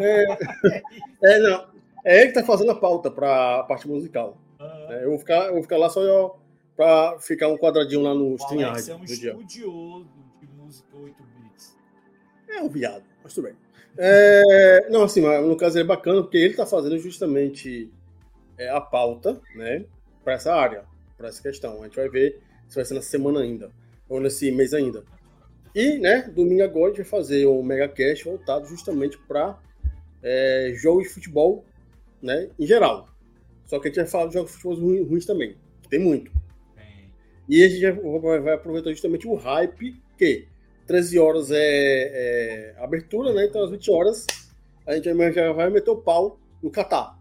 [SPEAKER 2] Não. É ele que tá fazendo a pauta pra parte musical. Eu vou ficar lá só pra ficar um quadradinho lá no StreamYard.
[SPEAKER 1] Alex é um estudioso de música 8 bits.
[SPEAKER 2] É um viado, mas tudo bem. Não, assim, no caso é bacana porque ele tá fazendo justamente a pauta, né, pra essa área, pra essa questão. A gente vai ver se vai ser na semana ainda. ou nesse mês ainda. E, né, domingo agora a gente vai fazer o MegaCast voltado justamente para jogos de futebol, né, em geral. Só que a gente vai falar de jogos de futebol ruins também, que tem muito. E a gente vai aproveitar justamente o hype, que 13 horas é abertura, né? Então às 20 horas a gente já vai meter o pau no Catar.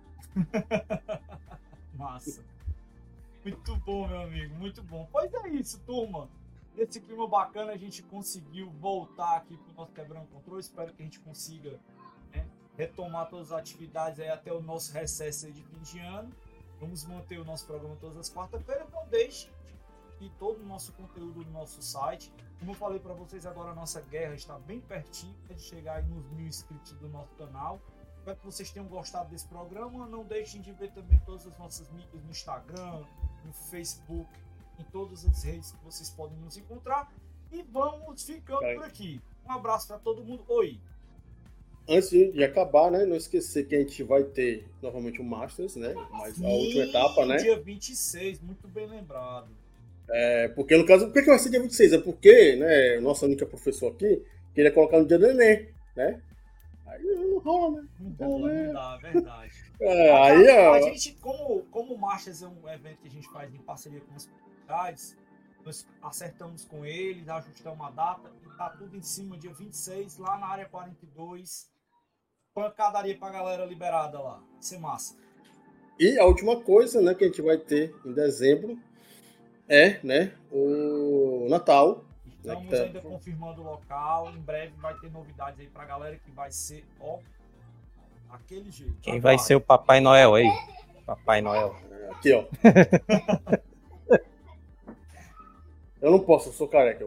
[SPEAKER 1] Massa. Muito bom, meu amigo, muito bom. Pois é isso, turma. Nesse clima bacana a gente conseguiu voltar aqui pro nosso Quebrando Controle. Espero que a gente consiga, né, retomar todas as atividades aí até o nosso recesso aí de fim de ano. Vamos manter o nosso programa todas as quarta-feiras. Não deixe de todo o nosso conteúdo no nosso site. Como eu falei para vocês agora, a nossa guerra está bem pertinho de chegar aí nos 1000 inscritos do nosso canal. Espero que vocês tenham gostado desse programa. Não deixem de ver também todas as nossas mídias no Instagram, no Facebook, em todas as redes que vocês podem nos encontrar. E vamos ficando por aqui. Um abraço para todo mundo. Oi!
[SPEAKER 2] Antes de acabar, né? Não esquecer que a gente vai ter novamente o Masters, né? Mas a última etapa, né?
[SPEAKER 1] Dia 26, muito bem lembrado.
[SPEAKER 2] Porque no caso, por que vai ser dia 26? É porque, né, nossa única professor aqui queria colocar no dia do Enem, né? Aí não rola, né?
[SPEAKER 1] Não dá, é verdade.
[SPEAKER 2] A
[SPEAKER 1] gente, como o Masters é um evento que a gente faz em parceria com as comunidades, nós acertamos com eles, ajustamos a data e tá tudo em cima, dia 26, lá na área 42. Pancadaria pra galera liberada lá. Vai ser massa.
[SPEAKER 2] E a última coisa, né, que a gente vai ter em dezembro né, o Natal.
[SPEAKER 1] Estamos ainda confirmando o local. Em breve vai ter novidades aí pra galera que vai ser, aquele jeito.
[SPEAKER 3] Quem vai ser o Papai Noel aí? Papai Noel.
[SPEAKER 2] Aqui, ó. Eu não posso, eu sou careca.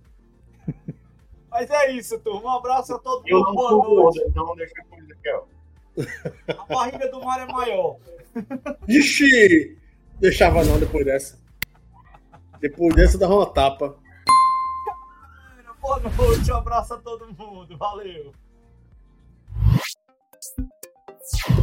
[SPEAKER 1] Mas é isso, turma. Um abraço a todo mundo.
[SPEAKER 4] Eu não sou gordo, então deixa eu coisa aqui, ó.
[SPEAKER 1] A barriga do mar é maior.
[SPEAKER 2] Ixi! Deixava não depois dessa. Depois dessa dava uma tapa.
[SPEAKER 1] Boa noite, um abraço a todo mundo. Valeu.